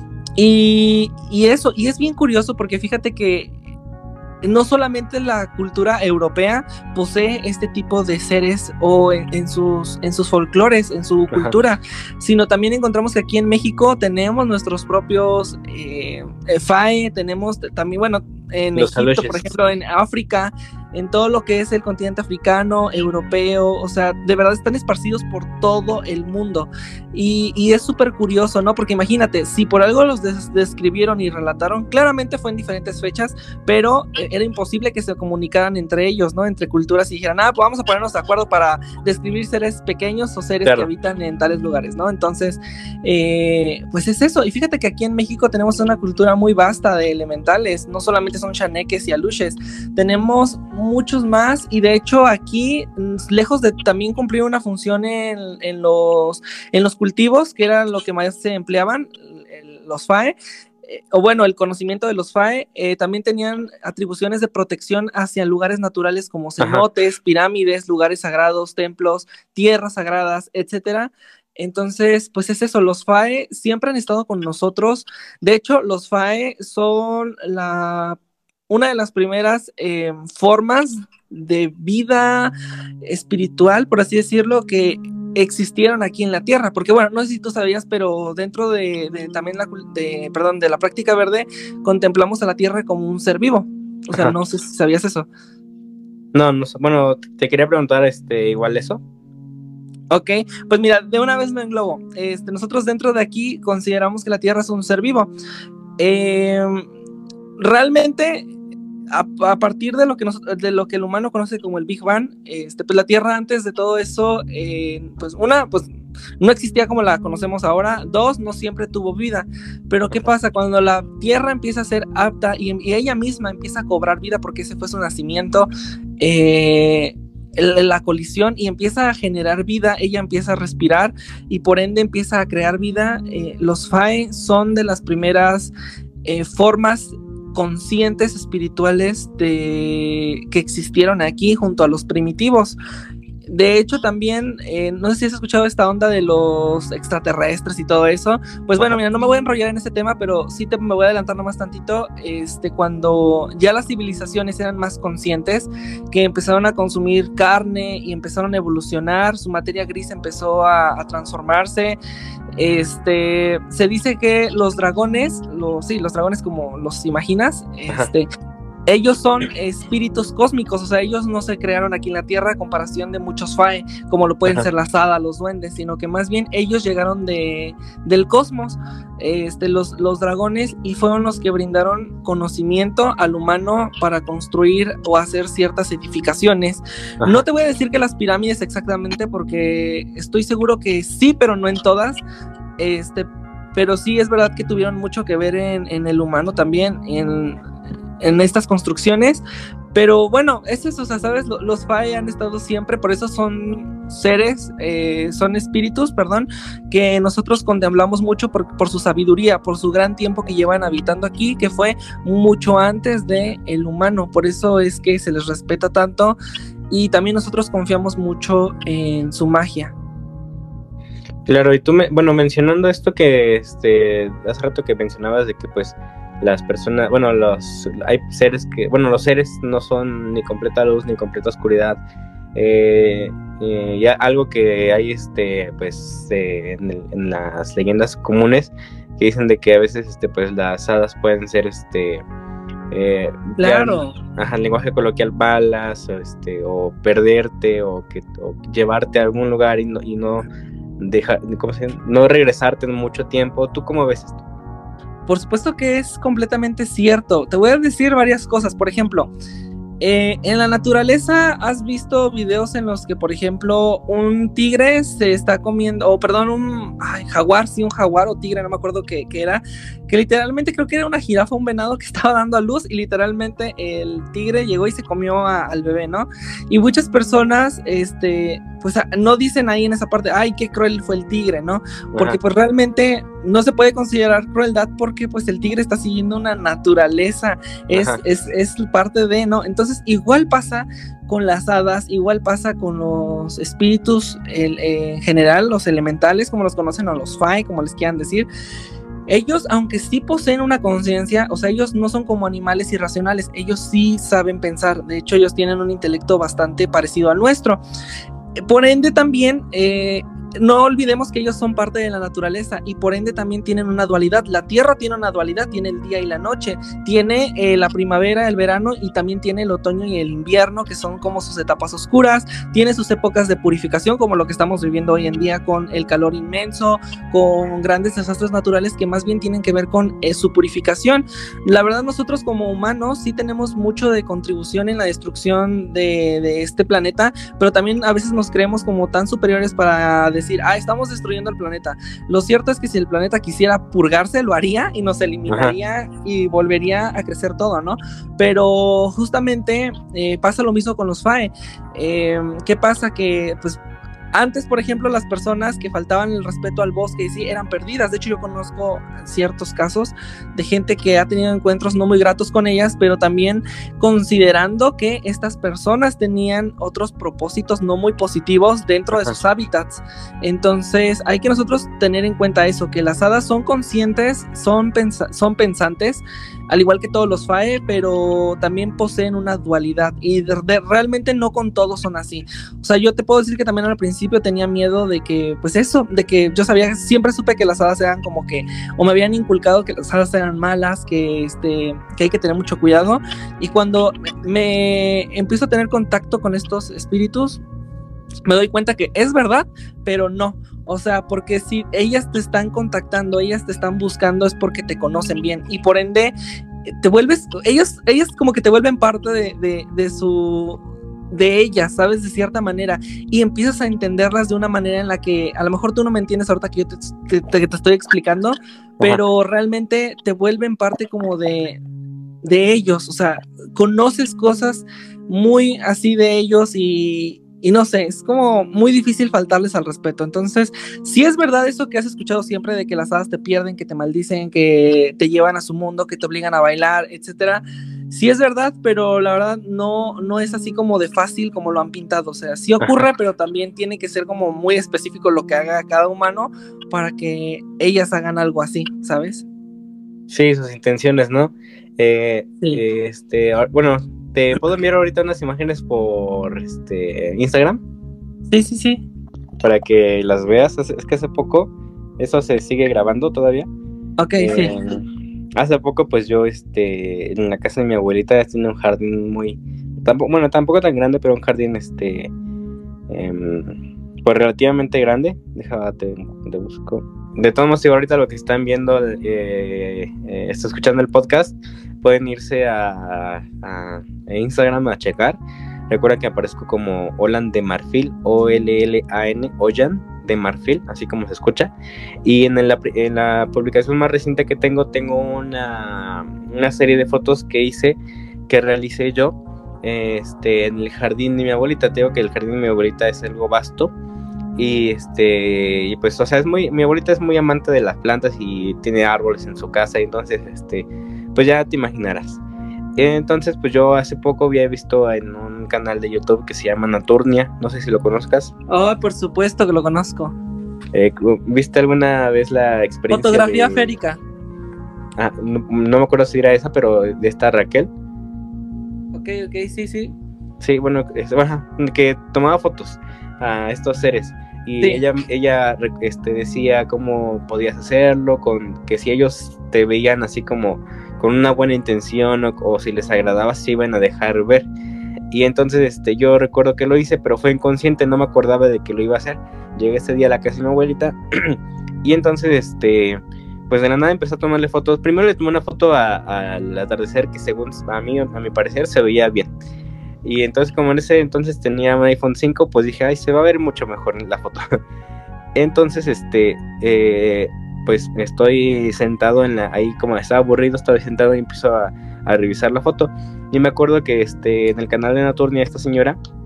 y eso, y es bien curioso porque fíjate que no solamente la cultura europea posee este tipo de seres o en sus folclores, en su cultura, sino también encontramos que aquí en México tenemos nuestros propios FAE, tenemos también, bueno, en Los Egipto, aluches, por ejemplo, en África, en todo lo que es el continente africano, europeo, o sea, de verdad están esparcidos por todo el mundo. Y es súper curioso, ¿no? Porque imagínate, si por algo los describieron y relataron, claramente fue en diferentes fechas, pero era imposible que se comunicaran entre ellos, ¿no? Entre culturas, y dijeran, pues vamos a ponernos de acuerdo para describir seres pequeños o seres que habitan en tales lugares, ¿no? Entonces, pues es eso. Y fíjate que aquí en México tenemos una cultura muy vasta de elementales, no solamente son chaneques y aluches, tenemos muchos más, y de hecho aquí, lejos de también cumplir una función en los cultivos, que era lo que más se empleaban, los FAE, o bueno, el conocimiento de los FAE, también tenían atribuciones de protección hacia lugares naturales como cenotes, pirámides, lugares sagrados, templos, tierras sagradas, etcétera. Entonces, pues es eso, los FAE siempre han estado con nosotros. De hecho, los FAE son una de las primeras formas de vida espiritual, por así decirlo, que existieron aquí en la Tierra, porque bueno, no sé si tú sabías, pero dentro de también de la práctica verde, contemplamos a la Tierra como un ser vivo. O sea, no sé si sabías eso. No, bueno, te quería preguntar igual eso. Ok, pues mira, de una vez me englobo. Nosotros dentro de aquí consideramos que la Tierra es un ser vivo. Realmente, a partir de lo que el humano conoce como el Big Bang, pues la Tierra antes de todo eso, pues no existía como la conocemos ahora. Dos, no siempre tuvo vida. Pero ¿qué pasa? Cuando la Tierra empieza a ser apta y ella misma empieza a cobrar vida, porque ese fue su nacimiento, la colisión, y empieza a generar vida, ella empieza a respirar y por ende empieza a crear vida. Los FAE son de las primeras formas conscientes espirituales que existieron aquí junto a los primitivos. De hecho, también, no sé si has escuchado esta onda de los extraterrestres y todo eso. Pues bueno, mira, no me voy a enrollar en ese tema, pero sí me voy a adelantar nomás tantito. Cuando ya las civilizaciones eran más conscientes, que empezaron a consumir carne y empezaron a evolucionar, su materia gris empezó a transformarse. Se dice que los dragones, los dragones como los imaginas, ellos son espíritus cósmicos, o sea, ellos no se crearon aquí en la Tierra a comparación de muchos FAE, como lo pueden ser las hadas, los duendes, sino que más bien ellos llegaron del cosmos, los dragones, y fueron los que brindaron conocimiento al humano para construir o hacer ciertas edificaciones. No te voy a decir que las pirámides exactamente, porque estoy seguro que sí, pero no en todas, pero sí es verdad que tuvieron mucho que ver en el humano también, en estas construcciones. Pero bueno, es eso, o sea, ¿sabes? Los FAE han estado siempre, por eso son seres, son espíritus, perdón, que nosotros contemplamos mucho por su sabiduría, por su gran tiempo que llevan habitando aquí, que fue mucho antes del humano. Por eso es que se les respeta tanto, y también nosotros confiamos mucho en su magia. Claro, y tú, mencionando esto que hace rato que mencionabas de que pues las personas, hay seres que, los seres no son ni completa luz ni completa oscuridad. Ya algo que hay en las leyendas comunes, que dicen de que a veces pues las hadas pueden ser claro, en lenguaje coloquial, balas, o perderte, o llevarte a algún lugar y no dejar, no regresarte en mucho tiempo. ¿Tú cómo ves esto? Por supuesto que es completamente cierto. Te voy a decir varias cosas. Por ejemplo, en la naturaleza, ¿has visto videos en los que, por ejemplo, un tigre se está comiendo, un jaguar, sí, un jaguar o tigre, no me acuerdo qué era, que literalmente creo que era una jirafa, un venado que estaba dando a luz, y literalmente el tigre llegó y se comió al bebé, ¿no? Y muchas personas, pues no dicen ahí en esa parte, ay, qué cruel fue el tigre, ¿no? Porque Ajá. pues realmente no se puede considerar crueldad porque pues el tigre está siguiendo una naturaleza, es parte de, ¿no? Entonces igual pasa con las hadas, igual pasa con los espíritus en general, los elementales, como los conocen, o los fae, como les quieran decir. Ellos, aunque sí poseen una conciencia, o sea, ellos no son como animales irracionales, ellos sí saben pensar, de hecho ellos tienen un intelecto bastante parecido al nuestro. Por ende también, no olvidemos que ellos son parte de la naturaleza y por ende también tienen una dualidad. La tierra tiene una dualidad, tiene el día y la noche, tiene la primavera, el verano y también tiene el otoño y el invierno, que son como sus etapas oscuras, tiene sus épocas de purificación, como lo que estamos viviendo hoy en día con el calor inmenso, con grandes desastres naturales que más bien tienen que ver con su purificación. La verdad, nosotros como humanos sí tenemos mucho de contribución en la destrucción de este planeta, pero también a veces nos creemos como tan superiores para decir, estamos destruyendo el planeta. Lo cierto es que si el planeta quisiera purgarse, lo haría y nos eliminaría y volvería a crecer todo, ¿no? Pero justamente pasa lo mismo con los fae. ¿Qué pasa? Que pues antes, por ejemplo, las personas que faltaban el respeto al bosque y sí, eran perdidas. De hecho, yo conozco ciertos casos de gente que ha tenido encuentros no muy gratos con ellas, pero también considerando que estas personas tenían otros propósitos no muy positivos dentro de sus hábitats. Entonces, hay que nosotros tener en cuenta eso, que las hadas son conscientes, son pensantes, al igual que todos los fae, pero también poseen una dualidad y realmente no con todos son así. O sea, yo te puedo decir que también al principio tenía miedo de que, pues eso, de que yo siempre supe que las hadas eran como que, o me habían inculcado que las hadas eran malas, que hay que tener mucho cuidado, y cuando me empiezo a tener contacto con estos espíritus, me doy cuenta que es verdad, pero no. O sea, porque si ellas te están contactando, ellas te están buscando, es porque te conocen bien y por ende te vuelves, ellas como que te vuelven parte de ellas, ¿sabes? De cierta manera, y empiezas a entenderlas de una manera en la que a lo mejor tú no me entiendes ahorita que yo te estoy explicando, pero realmente te vuelven parte como de ellos, o sea, conoces cosas muy así de ellos y no sé, es como muy difícil faltarles al respeto. Entonces, si es verdad eso que has escuchado siempre de que las hadas te pierden, que te maldicen, que te llevan a su mundo, que te obligan a bailar, etcétera. Sí es verdad, pero la verdad no es así como de fácil como lo han pintado. O sea, sí ocurre, pero también tiene que ser como muy específico lo que haga cada humano para que ellas hagan algo así, ¿sabes? Sí, sus intenciones, ¿no? Sí. Bueno, te puedo enviar ahorita unas imágenes por Instagram. Sí. Para que las veas. Es que hace poco, eso se sigue grabando todavía. Ok, sí. Hace poco, pues yo, en la casa de mi abuelita tiene un jardín tampoco tan grande, pero un jardín, pues relativamente grande. Déjate, te busco. De todos modos, ahorita lo que están viendo, está escuchando el podcast, pueden irse a Instagram a checar. Recuerda que aparezco como Olan de Marfil, OLLAN, Oyan de Marfil, así como se escucha. Y en la publicación más reciente que tengo una serie de fotos que realicé yo en el jardín de mi abuelita. Te digo que el jardín de mi abuelita es algo vasto. Y pues, o sea, mi abuelita es muy amante de las plantas y tiene árboles en su casa. Y entonces, pues ya te imaginarás. Entonces, pues yo hace poco había visto en un canal de YouTube que se llama Naturnia, no sé si lo conozcas. Oh, por supuesto que lo conozco. ¿Viste alguna vez la experiencia? Fotografía férica. No me acuerdo si era esa, pero de esta Raquel. Ok, sí. Sí, bueno, que tomaba fotos a estos seres. Y sí. ella decía cómo podías hacerlo, que si ellos te veían así como con una buena intención o si les agradaba, se iban a dejar ver. Y entonces yo recuerdo que lo hice, pero fue inconsciente, no me acordaba de que lo iba a hacer. Llegué ese día a la casa de mi abuelita y entonces pues de la nada empecé a tomarle fotos. Primero le tomé una foto al atardecer que según a mi parecer se veía bien. Y entonces como en ese entonces tenía un iPhone 5, pues dije, se va a ver mucho mejor la foto. Entonces pues estoy sentado ahí como estaba aburrido, estaba sentado y empiezo a revisar la foto. Y me acuerdo que en el canal de Naturnia esta señora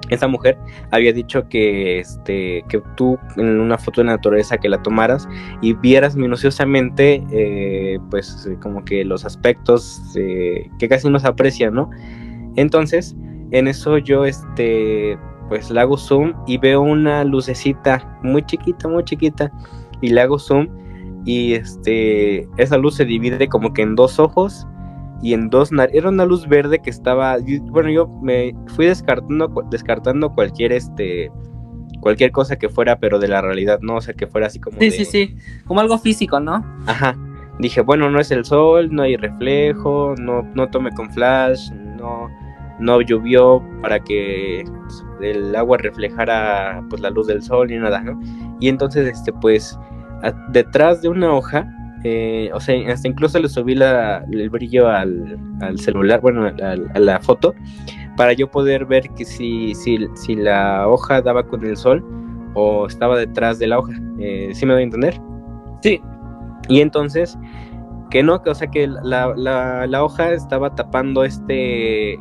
esa mujer había dicho que tú en una foto de la naturaleza que la tomaras y vieras minuciosamente pues como que los aspectos que casi no se aprecian, ¿no? Entonces en eso yo pues le hago zoom y veo una lucecita muy chiquita y le hago zoom y esa luz se divide como que en dos ojos y en dos narices. Era una luz verde que estaba, bueno, yo me fui descartando cualquier cosa que fuera, pero de la realidad, ¿no? O sea, que fuera así como sí, como algo físico, ¿no? Ajá, dije, bueno, no es el sol, no hay reflejo, no tomé con flash, no llovió para que el agua reflejara pues la luz del sol ni nada, ¿no? Y entonces, pues, detrás de una hoja, o sea, hasta incluso le subí el brillo al celular, bueno, a la foto, para yo poder ver que si la hoja daba con el sol o estaba detrás de la hoja. ¿Sí me doy a entender? Sí. Y entonces, que no, que o sea que la hoja estaba tapando este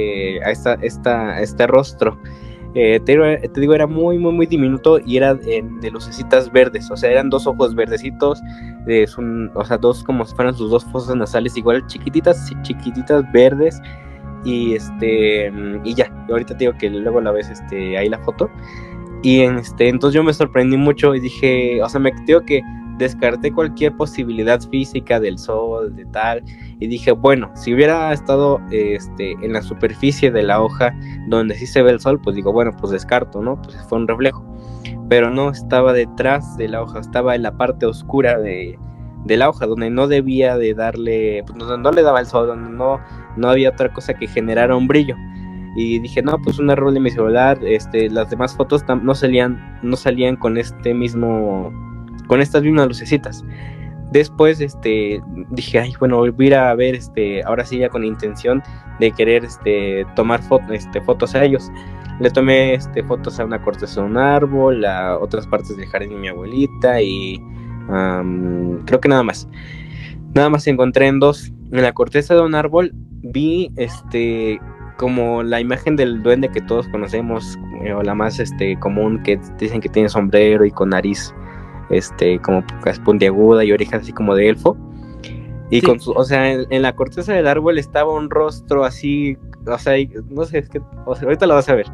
rostro. Te digo, era muy, muy, muy diminuto y era de lucecitas verdes, o sea, eran dos ojos verdecitos, o sea, dos como si fueran sus dos fosas nasales, igual chiquititas verdes, y ya, ahorita te digo que luego la ves ahí la foto, y entonces yo me sorprendí mucho y dije, o sea, me digo que descarté cualquier posibilidad física del sol, de tal, y dije, bueno, si hubiera estado en la superficie de la hoja donde sí se ve el sol, pues digo, bueno, pues descarto, ¿no? Pues fue un reflejo. Pero no, estaba detrás de la hoja, estaba en la parte oscura de la hoja, donde no debía de darle, pues donde no le daba el sol, donde no había otra cosa que generara un brillo. Y dije, no, pues un error de mi celular, las demás fotos no salían con con estas mismas lucecitas. Después dije, ay, bueno, voy a ir a ver ahora sí ya con intención de querer tomar fotos a ellos. Le tomé fotos a una corteza de un árbol, a otras partes del jardín de mi abuelita y creo que nada más encontré en dos. En la corteza de un árbol vi como la imagen del duende que todos conocemos, o la más común, que dicen que tiene sombrero y con nariz como puntiaguda y orejas así como de elfo, y sí. O sea, en la corteza del árbol estaba un rostro así, o sea, no sé, es que, o sea, ahorita lo vas a ver.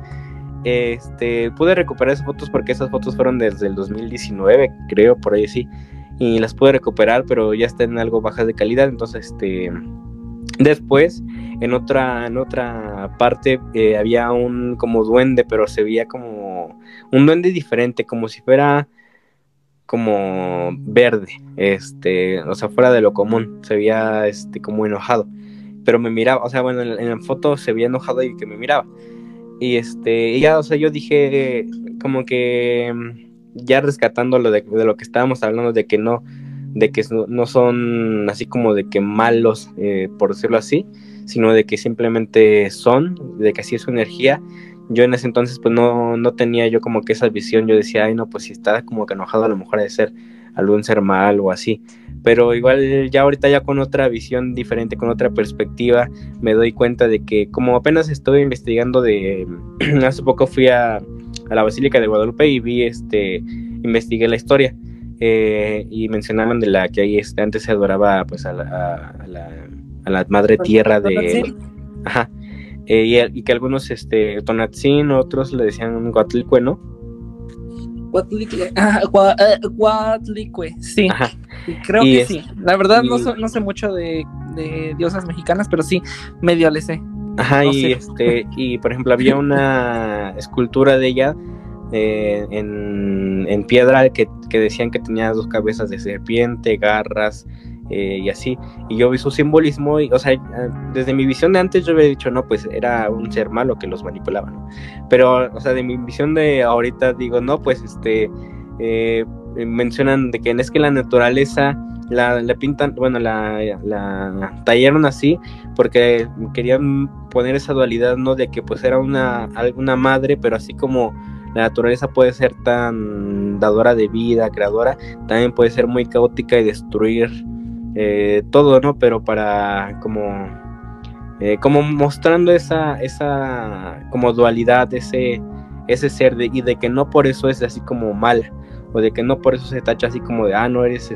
Pude recuperar esas fotos porque esas fotos fueron desde el 2019, creo, por ahí sí, y las pude recuperar, pero ya están algo bajas de calidad. Entonces, después, en otra parte, había un como duende, pero se veía como un duende diferente, como si fuera como verde, o sea, fuera de lo común, se veía como enojado, pero me miraba, o sea, bueno, en la foto se veía enojado y que me miraba, y y ya, o sea, yo dije como que ya rescatando de lo que estábamos hablando, de que no son así como de que malos, por decirlo así, sino de que simplemente de que así es su energía. Yo en ese entonces pues no tenía yo como que esa visión. Yo decía, ay no, pues si está como que enojado, a lo mejor ha de ser algún ser mal o así, pero igual ya ahorita ya con otra visión diferente, con otra perspectiva, me doy cuenta de que como apenas estoy investigando hace poco fui a la Basílica de Guadalupe y vi investigué la historia, y mencionaban de la que ahí antes se adoraba pues a la madre tierra de... Ajá. Y que algunos Tonatzin, otros le decían Coatlicue, ¿no? Coatlicue, sí. Ajá. Creo que sí. La verdad no sé mucho de diosas mexicanas, pero sí, medio le sé. Ajá, no sé. Y por ejemplo había una escultura de ella en piedra que decían que tenía 2 cabezas de serpiente, garras, y así, y yo vi su simbolismo y, o sea, desde mi visión de antes yo había dicho, no, pues era un ser malo que los manipulaba, ¿no? Pero, o sea, de mi visión de ahorita digo, no, pues mencionan de que es que la naturaleza la pintan, bueno, la tallaron así porque querían poner esa dualidad, ¿no? De que pues era alguna madre, pero así como la naturaleza puede ser tan dadora de vida, creadora, también puede ser muy caótica y destruir todo, ¿no? Pero para como como mostrando esa como dualidad, ese ser y de que no por eso es así como mal, o de que no por eso se tacha así como de, no eres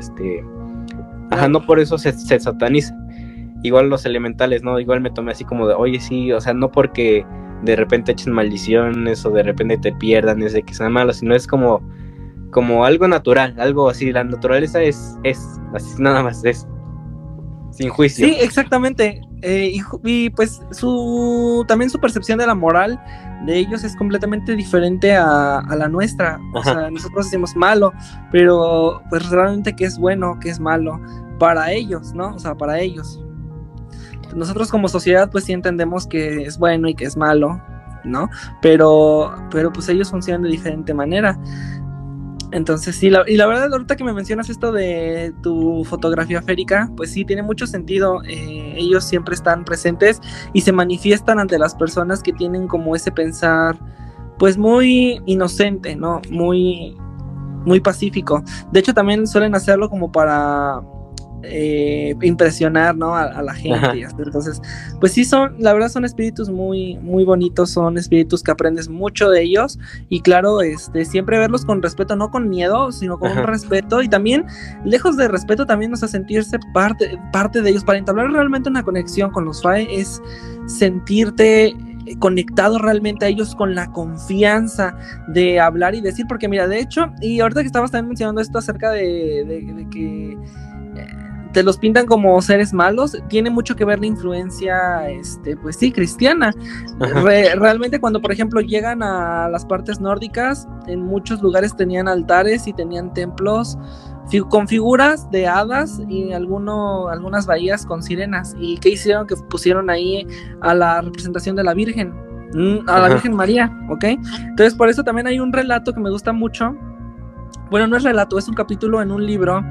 no por eso se sataniza. Igual los elementales, ¿no? Igual me tomé así como de, oye, sí, o sea, no porque de repente echen maldiciones o de repente te pierdan, es de que sean malos, sino es como algo natural, algo así, la naturaleza es así, nada más es, sin juicio. Sí, exactamente. Y pues también su percepción de la moral de ellos es completamente diferente a la nuestra. Ajá. O sea, nosotros decimos malo, pero pues realmente qué es bueno, qué es malo para ellos, ¿no? O sea, para ellos. Nosotros como sociedad pues sí entendemos que es bueno y que es malo, ¿no? Pero pues ellos funcionan de diferente manera. Entonces sí, y la verdad, ahorita que me mencionas esto de tu fotografía férica, pues sí, tiene mucho sentido. Ellos siempre están presentes y se manifiestan ante las personas que tienen como ese pensar, pues muy inocente, ¿no? Muy, muy pacífico. De hecho, también suelen hacerlo como para impresionar, ¿no? a la gente. Entonces, pues sí, la verdad son espíritus muy, muy bonitos, son espíritus que aprendes mucho de ellos, y claro, siempre verlos con respeto, no con miedo, sino con un respeto, y también, lejos de respeto, también, o sea, sentirse parte de ellos. Para entablar realmente una conexión con los Fae es sentirte conectado realmente a ellos con la confianza de hablar y decir, porque mira, de hecho, y ahorita que estabas también mencionando esto acerca de que te los pintan como seres malos, tiene mucho que ver la influencia, pues sí, cristiana. Realmente cuando, por ejemplo, llegan a las partes nórdicas, en muchos lugares tenían altares y tenían templos con figuras de hadas y algunas bahías con sirenas. ¿Y qué hicieron? Que pusieron ahí a la representación de la Virgen, a la Virgen María, ¿ok? Entonces, por eso también hay un relato que me gusta mucho. Bueno, no es relato, es un capítulo en un libro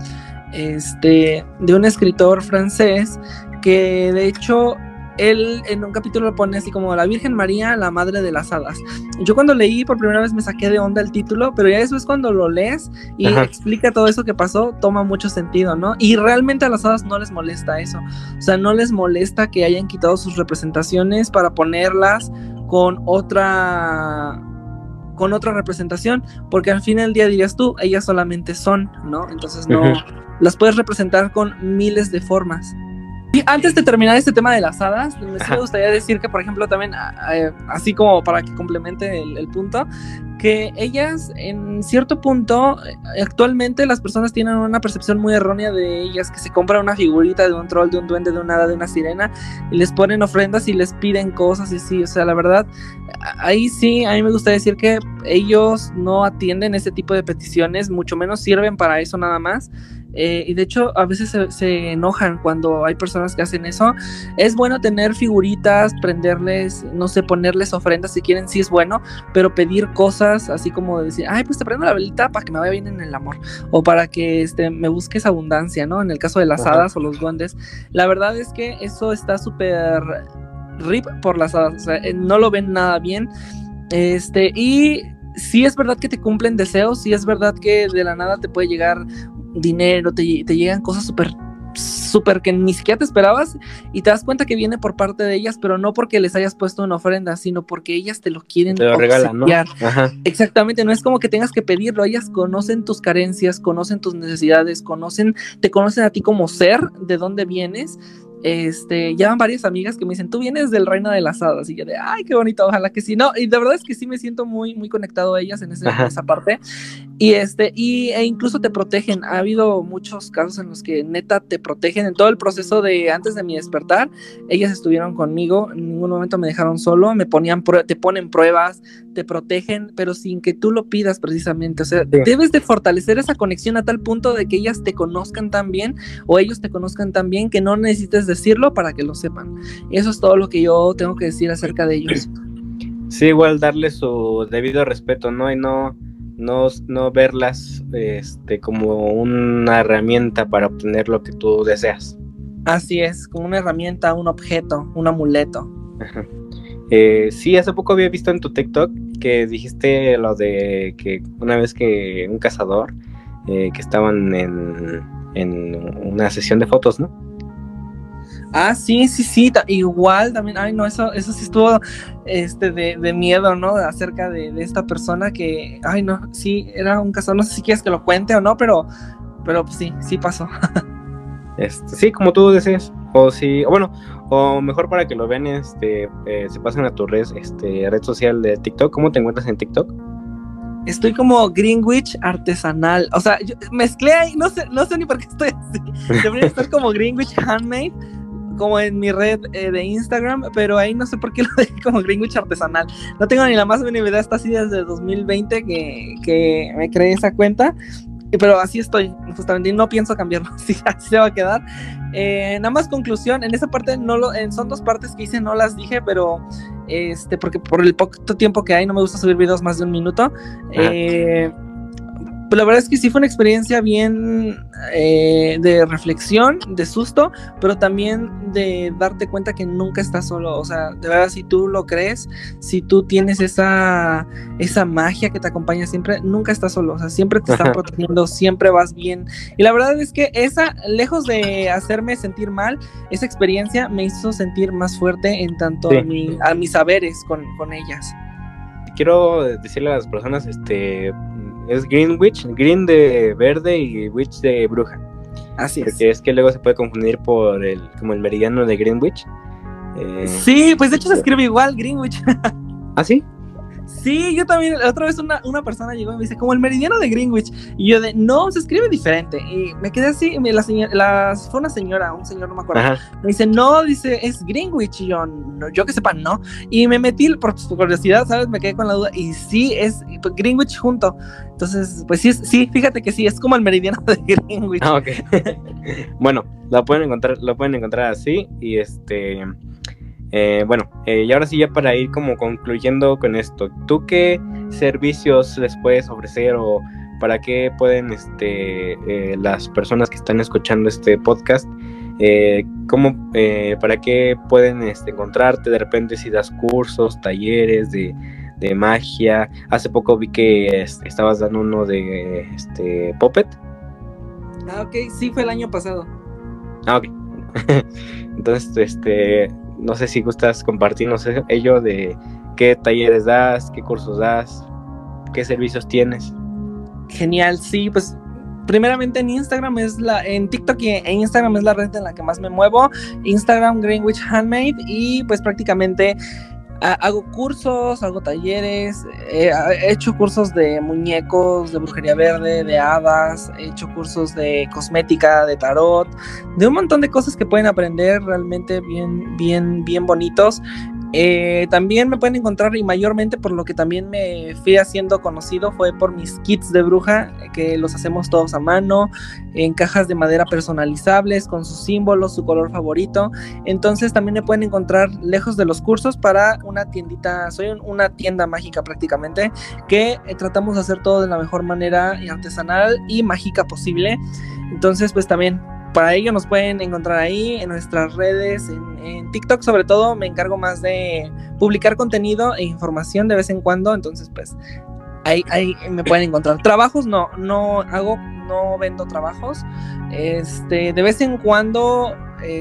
de un escritor francés que de hecho él en un capítulo lo pone así como la Virgen María, la madre de las hadas. Yo cuando leí por primera vez me saqué de onda el título, pero ya después cuando lo lees y explica todo eso que pasó, toma mucho sentido, ¿no? Y realmente a las hadas no les molesta eso, o sea, no les molesta que hayan quitado sus representaciones para ponerlas con otra representación, porque al fin del día dirías tú, ellas solamente son, ¿no? Entonces no las puedes representar con miles de formas. Y antes de terminar este tema de las hadas, sí me gustaría decir que, por ejemplo, también, así como para que complemente el punto, que ellas, en cierto punto, actualmente las personas tienen una percepción muy errónea de ellas, que se compra una figurita de un troll, de un duende, de un hada, de una sirena, y les ponen ofrendas y les piden cosas, y sí, o sea, la verdad, ahí sí, a mí me gusta decir que ellos no atienden ese tipo de peticiones, mucho menos sirven para eso nada más. Y de hecho a veces se enojan cuando hay personas que hacen eso. Es bueno tener figuritas, prenderles, no sé, ponerles ofrendas si quieren, sí es bueno, pero pedir cosas así como decir, ay, pues te prendo la velita para que me vaya bien en el amor, o para que me busques abundancia, ¿no? En el caso de las hadas o los duendes, la verdad es que eso está súper rip por las hadas, o sea, no lo ven nada bien. Y sí es verdad que te cumplen deseos, sí es verdad que de la nada te puede llegar dinero, te llegan cosas súper que ni siquiera te esperabas, y te das cuenta que viene por parte de ellas, pero no porque les hayas puesto una ofrenda, sino porque ellas te lo quieren, te lo regalan, ¿no? Exactamente, no es como que tengas que pedirlo, ellas conocen tus carencias, conocen tus necesidades, te conocen a ti como ser, de dónde vienes. Ya van varias amigas que me dicen, tú vienes del reino de las hadas, y yo de, ay, qué bonito, ojalá que sí, no, y de verdad es que sí me siento muy, muy conectado a ellas en esa parte, e incluso te protegen. Ha habido muchos casos en los que neta te protegen en todo el proceso de antes de mi despertar. Ellas estuvieron conmigo, en ningún momento me dejaron solo, te ponen pruebas, te protegen, pero sin que tú lo pidas precisamente. O sea, debes de fortalecer esa conexión a tal punto de que ellas te conozcan tan bien, o ellos te conozcan tan bien, que no necesites decirlo para que lo sepan. Y eso es todo lo que yo tengo que decir acerca de ellos. Sí, igual darle su debido respeto, ¿no? Y no verlas como una herramienta para obtener lo que tú deseas. Así es, como una herramienta, un objeto, un amuleto. Sí, hace poco había visto en tu TikTok que dijiste lo de que una vez que un cazador que estaban en una sesión de fotos, ¿no? Ah, sí, igual también, ay no, eso sí estuvo de miedo, ¿no? Acerca de esta persona que, ay no, sí, era un caso, no sé si quieres que lo cuente o no, pero pues sí pasó. Sí, como tú deseas, o si, o bueno, o mejor para que lo vean, se pasen a tu red social de TikTok. ¿Cómo te encuentras en TikTok? Estoy como Greenwich artesanal, o sea, yo mezclé ahí, no sé ni por qué estoy así, debería estar como Greenwich Handmade, como en mi red de Instagram, pero ahí no sé por qué lo dejé como Greenwich artesanal. No tengo ni la más mínima idea, está así desde 2020 que me creé esa cuenta, pero así estoy, justamente, y no pienso cambiarlo, así se va a quedar. Nada más conclusión, en esa parte son dos partes que hice, no las dije, pero porque por el poco tiempo que hay no me gusta subir videos más de 1 minuto. Pues la verdad es que sí fue una experiencia bien de reflexión, de susto, pero también de darte cuenta que nunca estás solo. O sea, de verdad, si tú lo crees, si tú tienes esa magia que te acompaña siempre, nunca estás solo. O sea, siempre te están protegiendo, siempre vas bien. Y la verdad es que lejos de hacerme sentir mal, esa experiencia me hizo sentir más fuerte en tanto a mis saberes con ellas. Quiero decirle a las personas, es Greenwich, green de verde y witch de bruja. Así es. Porque es que luego se puede confundir como el meridiano de Greenwich. Sí, pues de hecho se escribe igual, Greenwich. ¿Ah, sí? Sí, yo también, otra vez una persona llegó y me dice, como el meridiano de Greenwich, y yo no, se escribe diferente, y me quedé así, fue un señor, no me acuerdo. Ajá. Me dice, no, dice, es Greenwich, y yo, no, yo que sepa, no, y me metí por curiosidad, ¿sabes? Me quedé con la duda, y sí, es Greenwich junto, entonces, pues sí, fíjate que sí, es como el meridiano de Greenwich. Ah, ok. Bueno, lo pueden encontrar así, y y ahora sí, ya para ir como concluyendo con esto, ¿tú qué servicios les puedes ofrecer o para qué pueden las personas que están escuchando este podcast, para qué pueden encontrarte? De repente, si das cursos, talleres de magia. Hace poco vi que estabas dando uno de Puppet. Ah, ok, sí, fue el año pasado. Ah, ok. Entonces, no sé si gustas compartirnos ello de qué talleres das, qué cursos das, qué servicios tienes. Genial, sí, pues primeramente en TikTok y en Instagram es la red en la que más me muevo. Instagram, Greenwich Handmade, y pues prácticamente hago cursos, hago talleres, he hecho cursos de muñecos, de brujería verde, de hadas, he hecho cursos de cosmética, de tarot, de un montón de cosas que pueden aprender realmente bien bonitos. También me pueden encontrar, y mayormente por lo que también me fui haciendo conocido fue por mis kits de bruja, que los hacemos todos a mano, en cajas de madera personalizables, con sus símbolos, su color favorito. Entonces también me pueden encontrar lejos de los cursos para una tiendita. Soy una tienda mágica prácticamente, que tratamos de hacer todo de la mejor manera artesanal y mágica posible. Entonces pues también para ello nos pueden encontrar ahí en nuestras redes, en TikTok sobre todo. Me encargo más de publicar contenido e información de vez en cuando, entonces pues ahí me pueden encontrar. Trabajos no vendo trabajos, de vez en cuando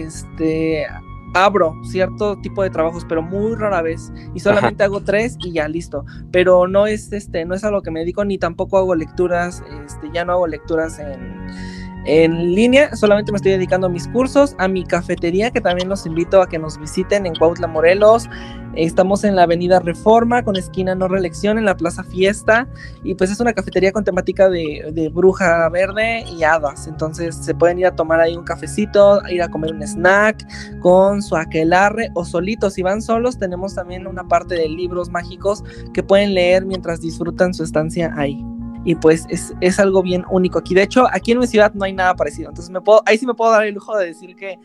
abro cierto tipo de trabajos, pero muy rara vez, y solamente hago 3 y ya, listo, pero no es no es a lo que me dedico, ni tampoco hago lecturas, ya no hago lecturas en línea, solamente me estoy dedicando a mis cursos, a mi cafetería, que también los invito a que nos visiten en Cuautla, Morelos. Estamos en la avenida Reforma, con esquina No Reelección, en la Plaza Fiesta, y pues es una cafetería con temática de bruja verde y hadas. Entonces se pueden ir a tomar ahí un cafecito, ir a comer un snack con su aquelarre, o solitos. Si van solos, tenemos también una parte de libros mágicos que pueden leer mientras disfrutan su estancia ahí. Y pues es algo bien único aquí. De hecho, aquí en mi ciudad no hay nada parecido. Entonces ahí sí me puedo dar el lujo de decir que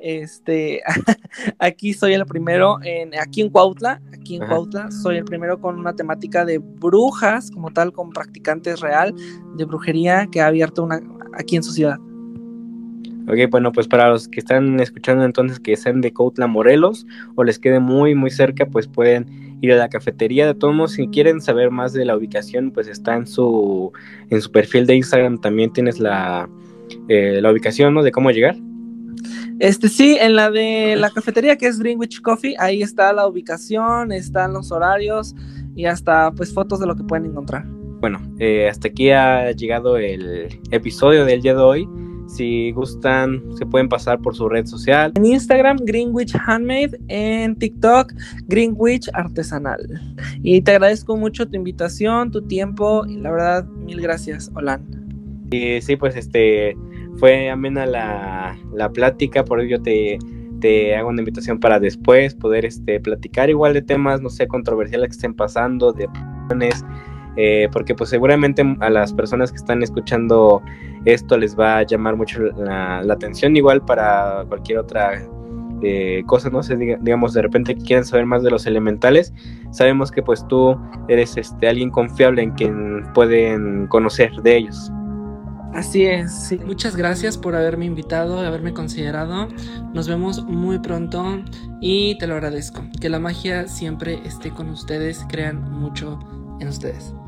aquí soy el primero, aquí en Cuautla soy el primero con una temática de brujas, como tal, con practicantes real de brujería, que ha abierto una aquí en su ciudad. Ok, bueno, pues para los que están escuchando entonces, que sean de Cuautla, Morelos, o les quede muy, muy cerca, pues pueden ir a la cafetería. De todos modos, si quieren saber más de la ubicación, pues está en su perfil de Instagram, también tienes la ubicación, ¿no? De cómo llegar. Sí, en la de la cafetería que es Greenwich Coffee, ahí está la ubicación, están los horarios y hasta pues fotos de lo que pueden encontrar. Bueno, hasta aquí ha llegado el episodio del día de hoy. Si gustan, se pueden pasar por su red social. En Instagram, Greenwich Handmade, en TikTok, Greenwich Artesanal. Y te agradezco mucho tu invitación, tu tiempo, y la verdad, mil gracias, Olan. Y sí, pues fue amena la plática, por ello te hago una invitación para después poder platicar igual de temas, no sé, controversiales que estén pasando, de opiniones, porque pues seguramente a las personas que están escuchando esto les va a llamar mucho la atención, igual para cualquier otra cosa, no sé, digamos de repente que quieran saber más de los elementales. Sabemos que pues tú eres alguien confiable en quien pueden conocer de ellos. Así es, sí. Muchas gracias por haberme invitado, haberme considerado. Nos vemos muy pronto y te lo agradezco. Que la magia siempre esté con ustedes, crean mucho en ustedes.